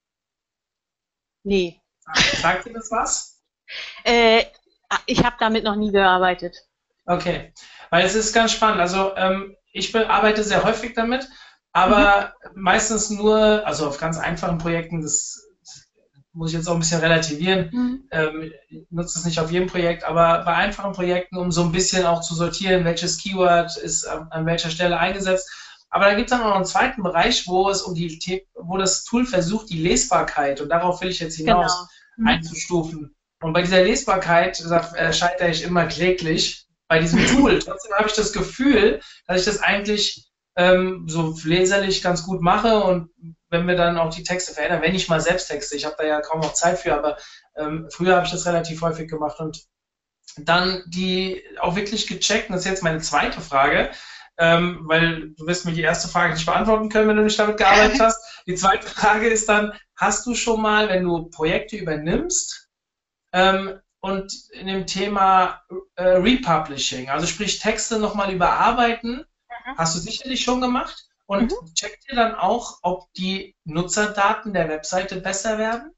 Nee. Sagt dir das was? Äh, Ich habe damit noch nie gearbeitet. Okay, weil es ist ganz spannend. Also ich arbeite sehr häufig damit, aber meistens nur, also auf ganz einfachen Projekten, das muss ich jetzt auch ein bisschen relativieren, Mhm. ich nutze es nicht auf jedem Projekt, aber bei einfachen Projekten, um so ein bisschen auch zu sortieren, welches Keyword ist an welcher Stelle eingesetzt. Aber da gibt es dann auch noch einen zweiten Bereich, wo es wo das Tool versucht, die Lesbarkeit, und darauf will ich jetzt hinaus, Genau. einzustufen. Und bei dieser Lesbarkeit scheitere ich immer kläglich bei diesem Tool. Trotzdem habe ich das Gefühl, dass ich das eigentlich so leserlich ganz gut mache, und wenn wir dann auch die Texte verändern, wenn ich mal selbst texte, ich habe da ja kaum noch Zeit für, aber früher habe ich das relativ häufig gemacht und dann die auch wirklich gecheckt, und das ist jetzt meine zweite Frage, weil du wirst mir die erste Frage nicht beantworten können, wenn du nicht damit gearbeitet hast. Die zweite Frage ist dann, hast du schon mal, wenn du Projekte übernimmst, und in dem Thema Republishing, also sprich Texte nochmal überarbeiten, hast du sicherlich schon gemacht, und checkt ihr dann auch, ob die Nutzerdaten der Webseite besser werden?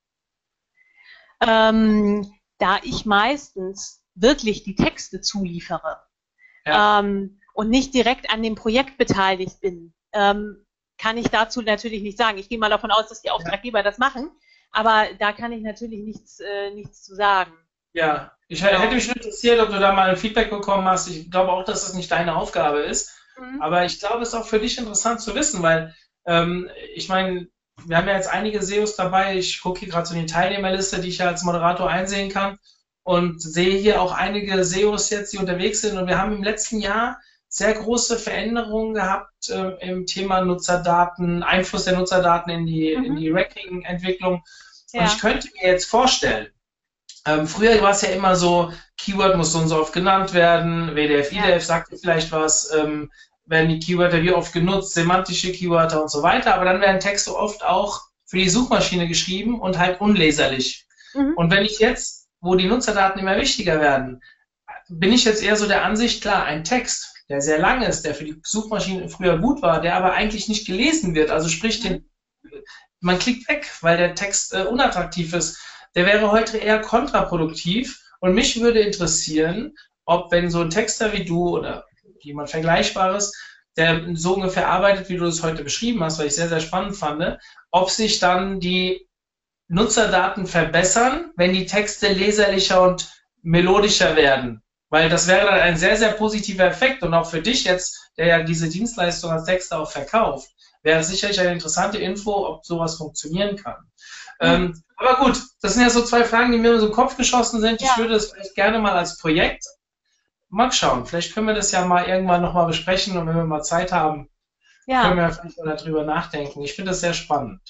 Da ich meistens wirklich die Texte zuliefere, Ja. und nicht direkt an dem Projekt beteiligt bin, kann ich dazu natürlich nicht sagen. Ich gehe mal davon aus, dass die Auftraggeber das machen, aber da kann ich natürlich nichts zu sagen. Ja, ich hätte mich interessiert, ob du da mal ein Feedback bekommen hast. Ich glaube auch, dass das nicht deine Aufgabe ist. Mhm. Aber ich glaube, es ist auch für dich interessant zu wissen, weil ich meine, wir haben ja jetzt einige SEOs dabei. Ich gucke hier gerade so in die Teilnehmerliste, die ich ja als Moderator einsehen kann, und sehe hier auch einige SEOs jetzt, die unterwegs sind. Und wir haben im letzten Jahr sehr große Veränderungen gehabt im Thema Nutzerdaten, Einfluss der Nutzerdaten in die Ranking-Entwicklung. Und ich könnte mir jetzt vorstellen, früher war es ja immer so, Keyword muss so und so oft genannt werden, WDF, IDF sagt vielleicht was, werden die Keywörter wie oft genutzt, semantische Keywörter und so weiter, aber dann werden Texte oft auch für die Suchmaschine geschrieben und halt unleserlich. Und wenn ich jetzt, wo die Nutzerdaten immer wichtiger werden, bin ich jetzt eher so der Ansicht, klar, ein Text, der sehr lang ist, der für die Suchmaschine früher gut war, der aber eigentlich nicht gelesen wird, also sprich, man klickt weg, weil der Text unattraktiv ist, der wäre heute eher kontraproduktiv, und mich würde interessieren, ob, wenn so ein Texter wie du oder jemand Vergleichbares, der so ungefähr arbeitet, wie du es heute beschrieben hast, weil ich sehr, sehr spannend fand, ob sich dann die Nutzerdaten verbessern, wenn die Texte leserlicher und melodischer werden. Weil das wäre dann ein sehr, sehr positiver Effekt, und auch für dich jetzt, der ja diese Dienstleistung als Texter auch verkauft, wäre es sicherlich eine interessante Info, ob sowas funktionieren kann. Aber gut, das sind ja so zwei Fragen, die mir so im Kopf geschossen sind. Ich würde das vielleicht gerne mal als Projekt mal schauen. Vielleicht können wir das ja mal irgendwann nochmal besprechen, und wenn wir mal Zeit haben, können wir vielleicht mal darüber nachdenken. Ich finde das sehr spannend.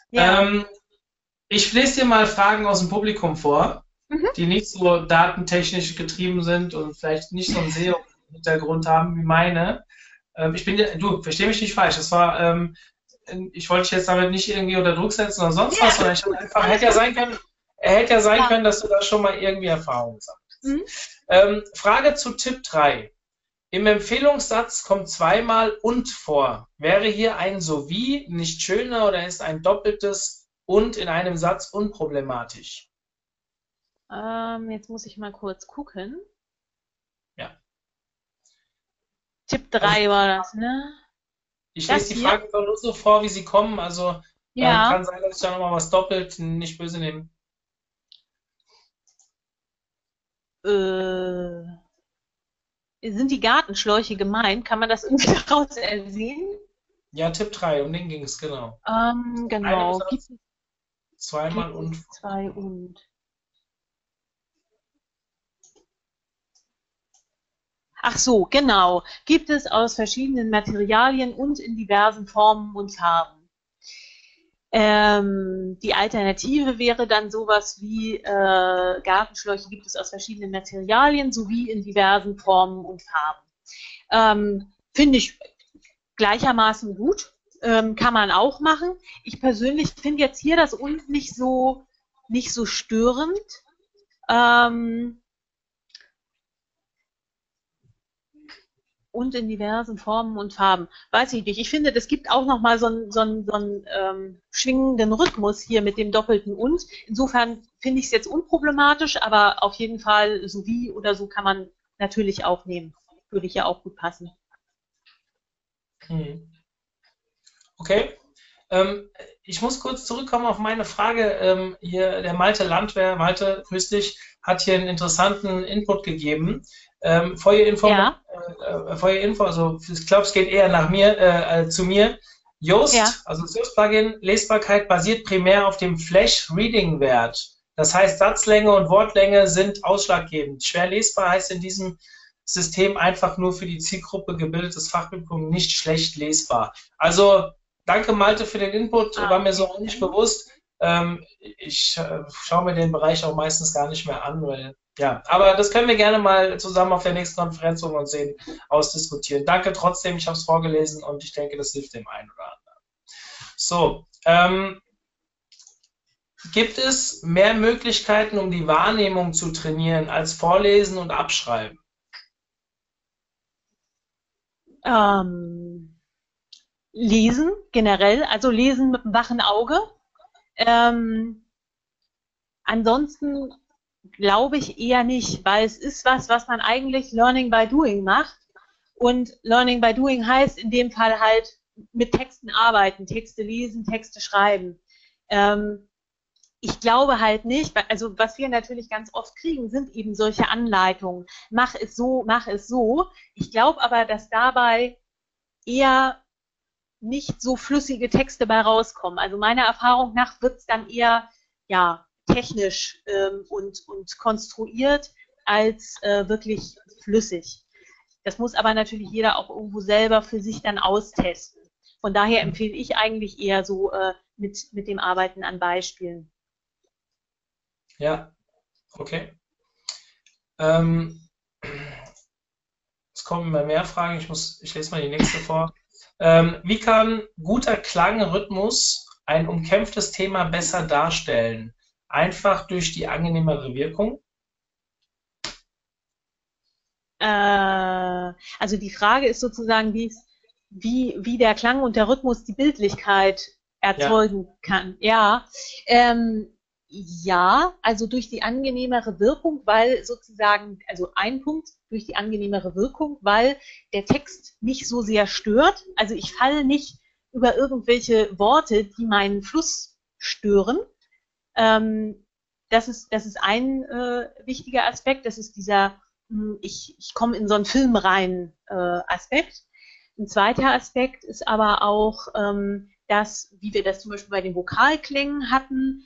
Ich lese dir mal Fragen aus dem Publikum vor, die nicht so datentechnisch getrieben sind und vielleicht nicht so einen SEO-Hintergrund haben wie meine. Du, versteh mich nicht falsch. Das war, ich wollte dich jetzt damit nicht irgendwie unter Druck setzen oder sonst was, sondern ich habe einfach, hätte ja sein können, dass du da schon mal irgendwie Erfahrung sammelst. Frage zu Tipp 3. Im Empfehlungssatz kommt zweimal "und" vor. Wäre hier ein "sowie" nicht schöner, oder ist ein doppeltes "und" in einem Satz unproblematisch? Jetzt muss ich mal kurz gucken. Ja. Tipp 3 war das, ne? Ich lese die Fragen nur so vor, wie sie kommen. Also kann sein, dass ich da nochmal was doppelt, nicht böse nehmen. Sind die Gartenschläuche gemeint? Kann man das irgendwie daraus ersehen? Ja, Tipp 3, um den ging es, genau. Genau. Gibt es zweimal "und"? Zwei "und". Ach so, genau. Gibt es aus verschiedenen Materialien und in diversen Formen und Farben. Die Alternative wäre dann sowas wie Gartenschläuche gibt es aus verschiedenen Materialien sowie in diversen Formen und Farben. Finde ich gleichermaßen gut, kann man auch machen. Ich persönlich finde jetzt hier das und nicht so störend. Und in diversen Formen und Farben. Weiß ich nicht. Ich finde, das gibt auch nochmal so einen schwingenden Rhythmus hier mit dem doppelten und. Insofern finde ich es jetzt unproblematisch, aber auf jeden Fall sowie oder so kann man natürlich auch nehmen. Würde ich ja auch gut passen. Okay. Ich muss kurz zurückkommen auf meine Frage. Hier der Malte Landwehr, Malte, grüß dich, hat hier einen interessanten Input gegeben. Feuerinfo, Ja. Feuerinfo, also ich glaube, es geht eher nach mir, zu mir. Yoast, Ja. also das Yoast-Plugin, Lesbarkeit basiert primär auf dem Flash-Reading-Wert. Das heißt, Satzlänge und Wortlänge sind ausschlaggebend. Schwer lesbar heißt in diesem System einfach nur für die Zielgruppe gebildetes Fachpublikum, nicht schlecht lesbar. Also danke Malte für den Input, war mir so auch nicht bewusst. Ich schaue mir den Bereich auch meistens gar nicht mehr an, weil ja, aber das können wir gerne mal zusammen auf der nächsten Konferenz, wo wir uns sehen, ausdiskutieren. Danke trotzdem, ich habe es vorgelesen und ich denke, das hilft dem einen oder anderen. So, gibt es mehr Möglichkeiten, um die Wahrnehmung zu trainieren, als Vorlesen und Abschreiben? Lesen generell, also lesen mit einem wachen Auge. Ansonsten glaube ich eher nicht, weil es ist was man eigentlich Learning by Doing macht. Und Learning by Doing heißt in dem Fall halt mit Texten arbeiten, Texte lesen, Texte schreiben. Ich glaube halt nicht, also was wir natürlich ganz oft kriegen, sind eben solche Anleitungen. Mach es so, mach es so. Ich glaube aber, dass dabei eher nicht so flüssige Texte bei rauskommen. Also meiner Erfahrung nach wird es dann eher ja, technisch und konstruiert als wirklich flüssig. Das muss aber natürlich jeder auch irgendwo selber für sich dann austesten. Von daher empfehle ich eigentlich eher so mit dem Arbeiten an Beispielen. Ja, okay. Es kommen immer mehr Fragen, ich lese mal die nächste vor. Wie kann guter Klangrhythmus ein umkämpftes Thema besser darstellen? Einfach durch die angenehmere Wirkung? Also die Frage ist sozusagen, wie der Klang und der Rhythmus die Bildlichkeit erzeugen kann. Ja, ja, also durch die angenehmere Wirkung, weil sozusagen, also ein Punkt durch die angenehmere Wirkung, weil der Text nicht so sehr stört. Also ich falle nicht über irgendwelche Worte, die meinen Fluss stören. Das ist ein wichtiger Aspekt. Das ist dieser, ich komme in so einen Film rein Aspekt. Ein zweiter Aspekt ist aber auch, dass, wie wir das zum Beispiel bei den Vokalklängen hatten,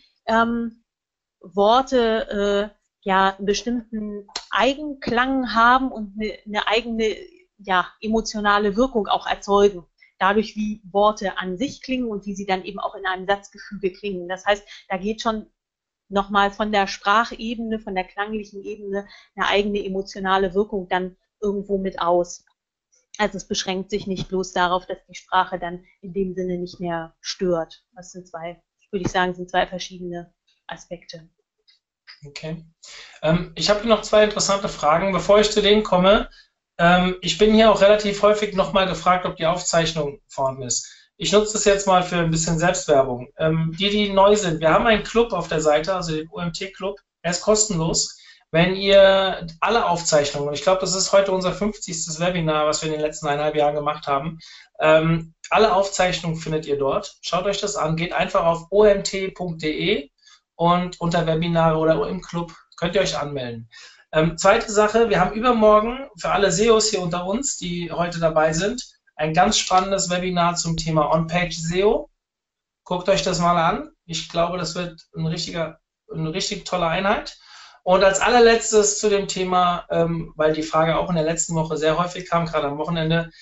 Worte ja einen bestimmten Eigenklang haben und eine eigene ja, emotionale Wirkung auch erzeugen. Dadurch, wie Worte an sich klingen und wie sie dann eben auch in einem Satzgefüge klingen. Das heißt, da geht schon nochmal von der Sprachebene, von der klanglichen Ebene eine eigene emotionale Wirkung dann irgendwo mit aus. Also es beschränkt sich nicht bloß darauf, dass die Sprache dann in dem Sinne nicht mehr stört. Das sind zwei, würde ich sagen, sind zwei verschiedene Aspekte. Okay. Ich habe hier noch zwei interessante Fragen. Bevor ich zu denen komme, ich bin hier auch relativ häufig nochmal gefragt, ob die Aufzeichnung vorhanden ist. Ich nutze das jetzt mal für ein bisschen Selbstwerbung. Die neu sind, wir haben einen Club auf der Seite, also den UMT-Club, er ist kostenlos. Wenn ihr alle Aufzeichnungen, und ich glaube, das ist heute unser 50. Webinar, was wir in den letzten 1,5 Jahren gemacht haben, alle Aufzeichnungen findet ihr dort. Schaut euch das an, geht einfach auf omt.de und unter Webinare oder im Club könnt ihr euch anmelden. Zweite Sache, wir haben übermorgen für alle SEOs hier unter uns, die heute dabei sind, ein ganz spannendes Webinar zum Thema On-Page SEO. Guckt euch das mal an. Ich glaube, das wird eine richtig tolle Einheit. Und als allerletztes zu dem Thema, weil die Frage auch in der letzten Woche sehr häufig kam, gerade am Wochenende,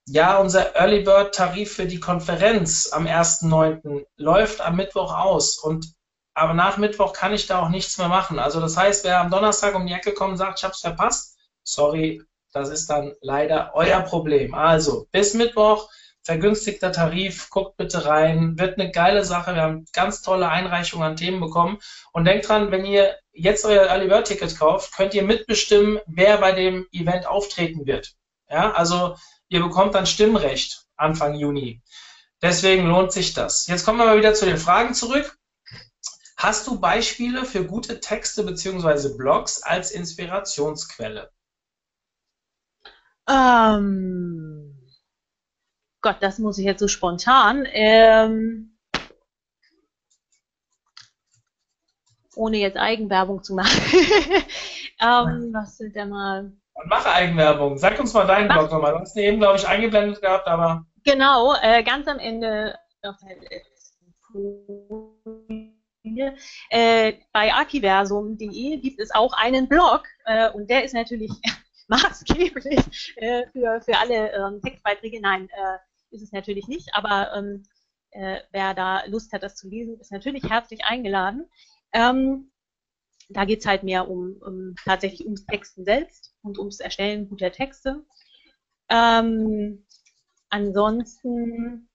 Ja, unser Early Bird Tarif für die Konferenz am 1.9. läuft am Mittwoch aus aber nach Mittwoch kann ich da auch nichts mehr machen. Also das heißt, wer am Donnerstag um die Ecke kommt und sagt, ich habe es verpasst, sorry, das ist dann leider euer Problem. Also bis Mittwoch, vergünstigter Tarif, guckt bitte rein, wird eine geile Sache. Wir haben ganz tolle Einreichungen an Themen bekommen und denkt dran, wenn ihr jetzt euer Early Bird Ticket kauft, könnt ihr mitbestimmen, wer bei dem Event auftreten wird. Ja, also ihr bekommt dann Stimmrecht Anfang Juni. Deswegen lohnt sich das. Jetzt kommen wir mal wieder zu den Fragen zurück. Hast du Beispiele für gute Texte bzw. Blogs als Inspirationsquelle? Gott, das muss ich jetzt so spontan. Ohne jetzt Eigenwerbung zu machen. Was sind denn mal... Und mache Eigenwerbung. Sag uns mal deinen Blog nochmal. Du hast ihn eben, glaube ich, eingeblendet gehabt, aber... Genau, ganz am Ende bei archiversum.de gibt es auch einen Blog und der ist natürlich maßgeblich für alle Textbeiträge. Nein, ist es natürlich nicht, aber wer da Lust hat, das zu lesen, ist natürlich herzlich eingeladen. Da geht es halt mehr tatsächlich ums Texten selbst und ums Erstellen guter Texte. Ansonsten,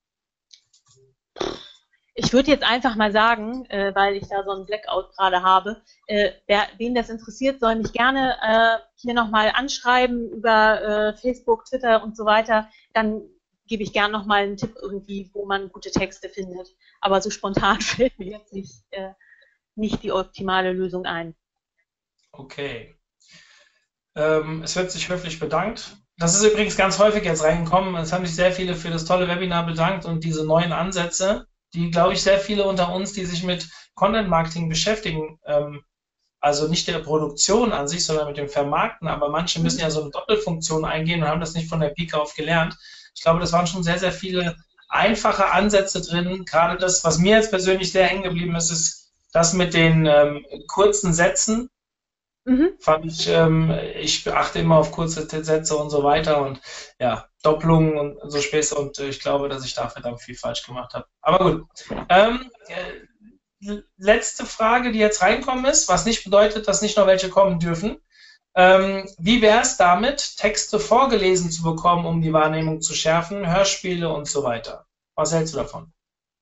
ich würde jetzt einfach mal sagen, weil ich da so einen Blackout gerade habe, wen das interessiert, soll mich gerne hier nochmal anschreiben über Facebook, Twitter und so weiter. Dann gebe ich gerne nochmal einen Tipp irgendwie, wo man gute Texte findet. Aber so spontan fällt mir jetzt nicht die optimale Lösung ein. Okay. Es wird sich höflich bedankt. Das ist übrigens ganz häufig jetzt reingekommen. Es haben sich sehr viele für das tolle Webinar bedankt und diese neuen Ansätze, die, glaube ich, sehr viele unter uns, die sich mit Content Marketing beschäftigen, also nicht der Produktion an sich, sondern mit dem Vermarkten, aber manche müssen ja so eine Doppelfunktion eingehen und haben das nicht von der Pike auf gelernt. Ich glaube, das waren schon sehr, sehr viele einfache Ansätze drin. Gerade das, was mir jetzt persönlich sehr hängen geblieben ist, ist das mit den kurzen Sätzen. Fand ich achte immer auf kurze Sätze und so weiter und ja, Doppelungen und so Späße und ich glaube, dass ich da verdammt viel falsch gemacht habe. Aber gut. Letzte Frage, die jetzt reinkommen ist, was nicht bedeutet, dass nicht noch welche kommen dürfen. Wie wäre es damit, Texte vorgelesen zu bekommen, um die Wahrnehmung zu schärfen, Hörspiele und so weiter? Was hältst du davon?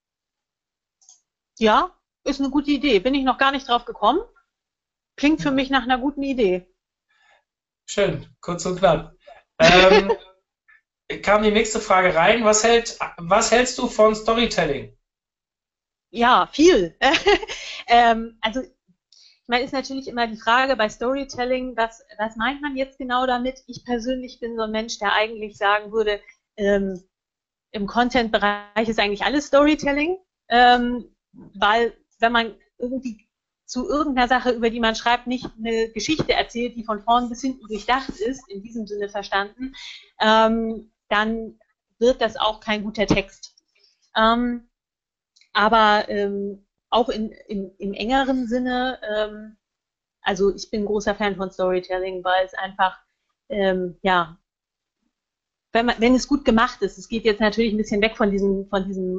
Ja, ist eine gute Idee. Bin ich noch gar nicht drauf gekommen. Klingt für mich nach einer guten Idee. Schön, kurz und knapp. Kam die nächste Frage rein. Was hältst du von Storytelling? Ja, viel. Also, ich meine, ist natürlich immer die Frage bei Storytelling, was meint man jetzt genau damit? Ich persönlich bin so ein Mensch, der eigentlich sagen würde, im Content-Bereich ist eigentlich alles Storytelling, weil wenn man irgendwie zu irgendeiner Sache, über die man schreibt, nicht eine Geschichte erzählt, die von vorn bis hinten durchdacht ist, in diesem Sinne verstanden, dann wird das auch kein guter Text. Aber auch im engeren Sinne, also ich bin ein großer Fan von Storytelling, weil es einfach, ja, wenn es gut gemacht ist, es geht jetzt natürlich ein bisschen weg von diesem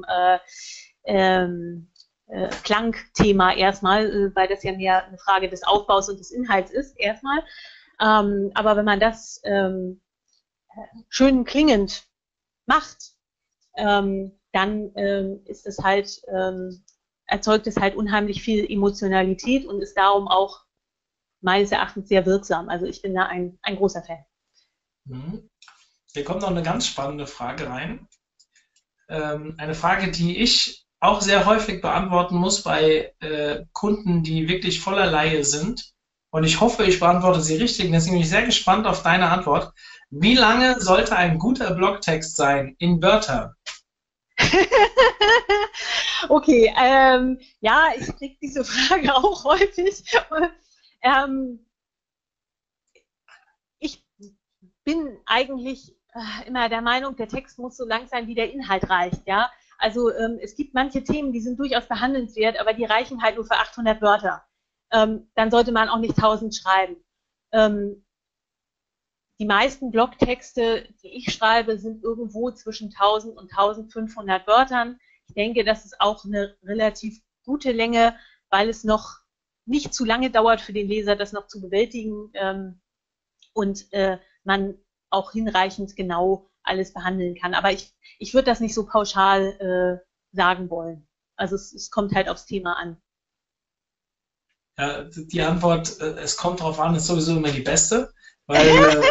Klangthema erstmal, weil das ja mehr eine Frage des Aufbaus und des Inhalts ist erstmal. Aber wenn man das schön klingend macht, dann ist es halt, erzeugt es halt unheimlich viel Emotionalität und ist darum auch meines Erachtens sehr wirksam. Also ich bin da ein großer Fan. Hier kommt noch eine ganz spannende Frage rein. Eine Frage, die ich auch sehr häufig beantworten muss bei Kunden, die wirklich voller Laie sind. Und ich hoffe, ich beantworte sie richtig. Deswegen bin ich sehr gespannt auf deine Antwort. Wie lange sollte ein guter Blogtext sein in Wörtern? Okay, ja, ich kriege diese Frage auch häufig. Ich bin eigentlich immer der Meinung, der Text muss so lang sein, wie der Inhalt reicht, ja. Also es gibt manche Themen, die sind durchaus behandelnswert, aber die reichen halt nur für 800 Wörter. Dann sollte man auch nicht 1000 schreiben. die meisten Blogtexte, die ich schreibe, sind irgendwo zwischen 1000 und 1500 Wörtern. Ich denke, das ist auch eine relativ gute Länge, weil es noch nicht zu lange dauert für den Leser, das noch zu bewältigen und man auch hinreichend genau alles behandeln kann. Aber ich würde das nicht so pauschal sagen wollen. Also es kommt halt aufs Thema an. Ja, die Antwort, es kommt drauf an, ist sowieso immer die beste, weil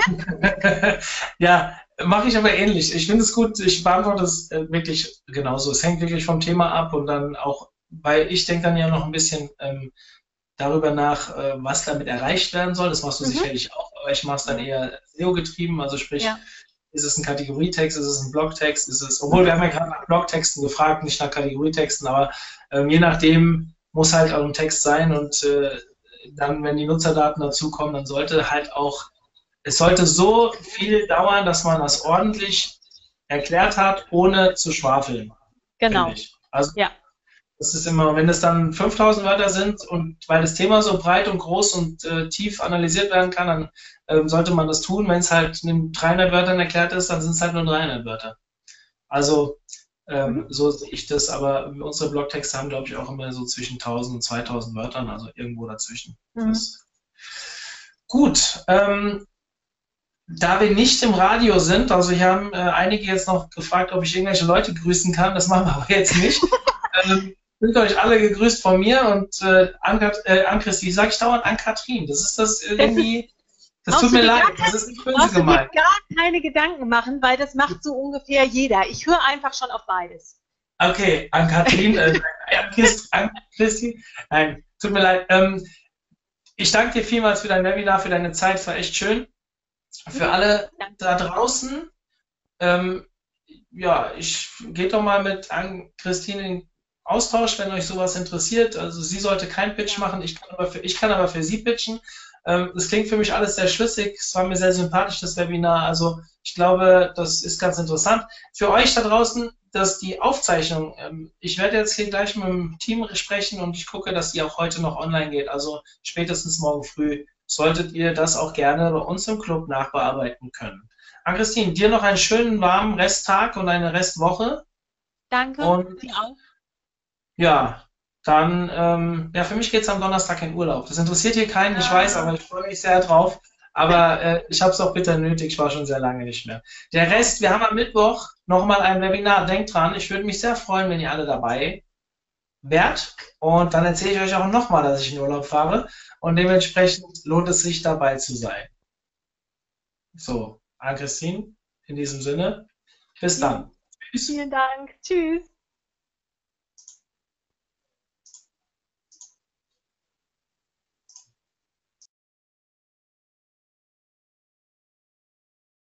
ja, mache ich aber ähnlich. Ich finde es gut, ich beantworte es wirklich genauso. Es hängt wirklich vom Thema ab und dann auch, weil ich denke dann ja noch ein bisschen darüber nach, was damit erreicht werden soll. Das machst du sicherlich auch, aber ich mache es dann eher SEO-getrieben, also sprich, Ja. ist es ein Kategorietext, ist es ein Blogtext, ist es, obwohl wir haben ja gerade nach Blogtexten gefragt, nicht nach Kategorietexten, aber je nachdem muss halt auch ein Text sein und dann, wenn die Nutzerdaten dazukommen, dann sollte halt auch, es sollte so viel dauern, dass man das ordentlich erklärt hat, ohne zu schwafeln, Genau. finde ich. Also Ja. das ist immer, wenn es dann 5000 Wörter sind und weil das Thema so breit und groß und tief analysiert werden kann, dann sollte man das tun. Wenn es halt in 300 Wörtern erklärt ist, dann sind es halt nur 300 Wörter. Also so sehe ich das, aber unsere Blogtexte haben, glaube ich, auch immer so zwischen 1000 und 2000 Wörtern, also irgendwo dazwischen. Das, gut, da wir nicht im Radio sind, also hier haben einige jetzt noch gefragt, ob ich irgendwelche Leute grüßen kann, das machen wir aber jetzt nicht. Sind euch alle gegrüßt von mir und Ann-Christine, wie sage ich dauernd? Ann-Kathrin, das ist das irgendwie, das tut mir leid, das ist nicht böse gemeint. Du dir gar keine Gedanken machen, weil das macht so ungefähr jeder. Ich höre einfach schon auf beides. Okay, Ann-Kathrin, Ann-Christine, nein, tut mir leid. Ich danke dir vielmals für dein Webinar, für deine Zeit, es war echt schön. Für alle da draußen, ja, geht doch mal mit Ann-Christine in Austausch, wenn euch sowas interessiert. Also sie sollte keinen Pitch machen, ich kann aber für sie pitchen. Das klingt für mich alles sehr schlüssig. Es war mir sehr sympathisch, das Webinar. Also ich glaube, das ist ganz interessant. Für euch da draußen, dass die Aufzeichnung, ich werde jetzt hier gleich mit dem Team sprechen und ich gucke, dass die auch heute noch online geht. Also spätestens morgen früh solltet ihr das auch gerne bei uns im Club nachbearbeiten können. Ann-Christine, dir noch einen schönen warmen Resttag und eine Restwoche. Danke. Und Sie auch. ja, dann, ja, für mich geht es am Donnerstag in Urlaub. Das interessiert hier keinen, ich weiß, aber ich freue mich sehr drauf. Aber ich habe es auch bitter nötig, ich war schon sehr lange nicht mehr. Der Rest, wir haben am Mittwoch nochmal ein Webinar, denkt dran, ich würde mich sehr freuen, wenn ihr alle dabei wärt. Und dann erzähle ich euch auch nochmal, dass ich in Urlaub fahre. Und dementsprechend lohnt es sich, dabei zu sein. So, Ann-Christine, in diesem Sinne, bis dann. Vielen Dank. Tschüss.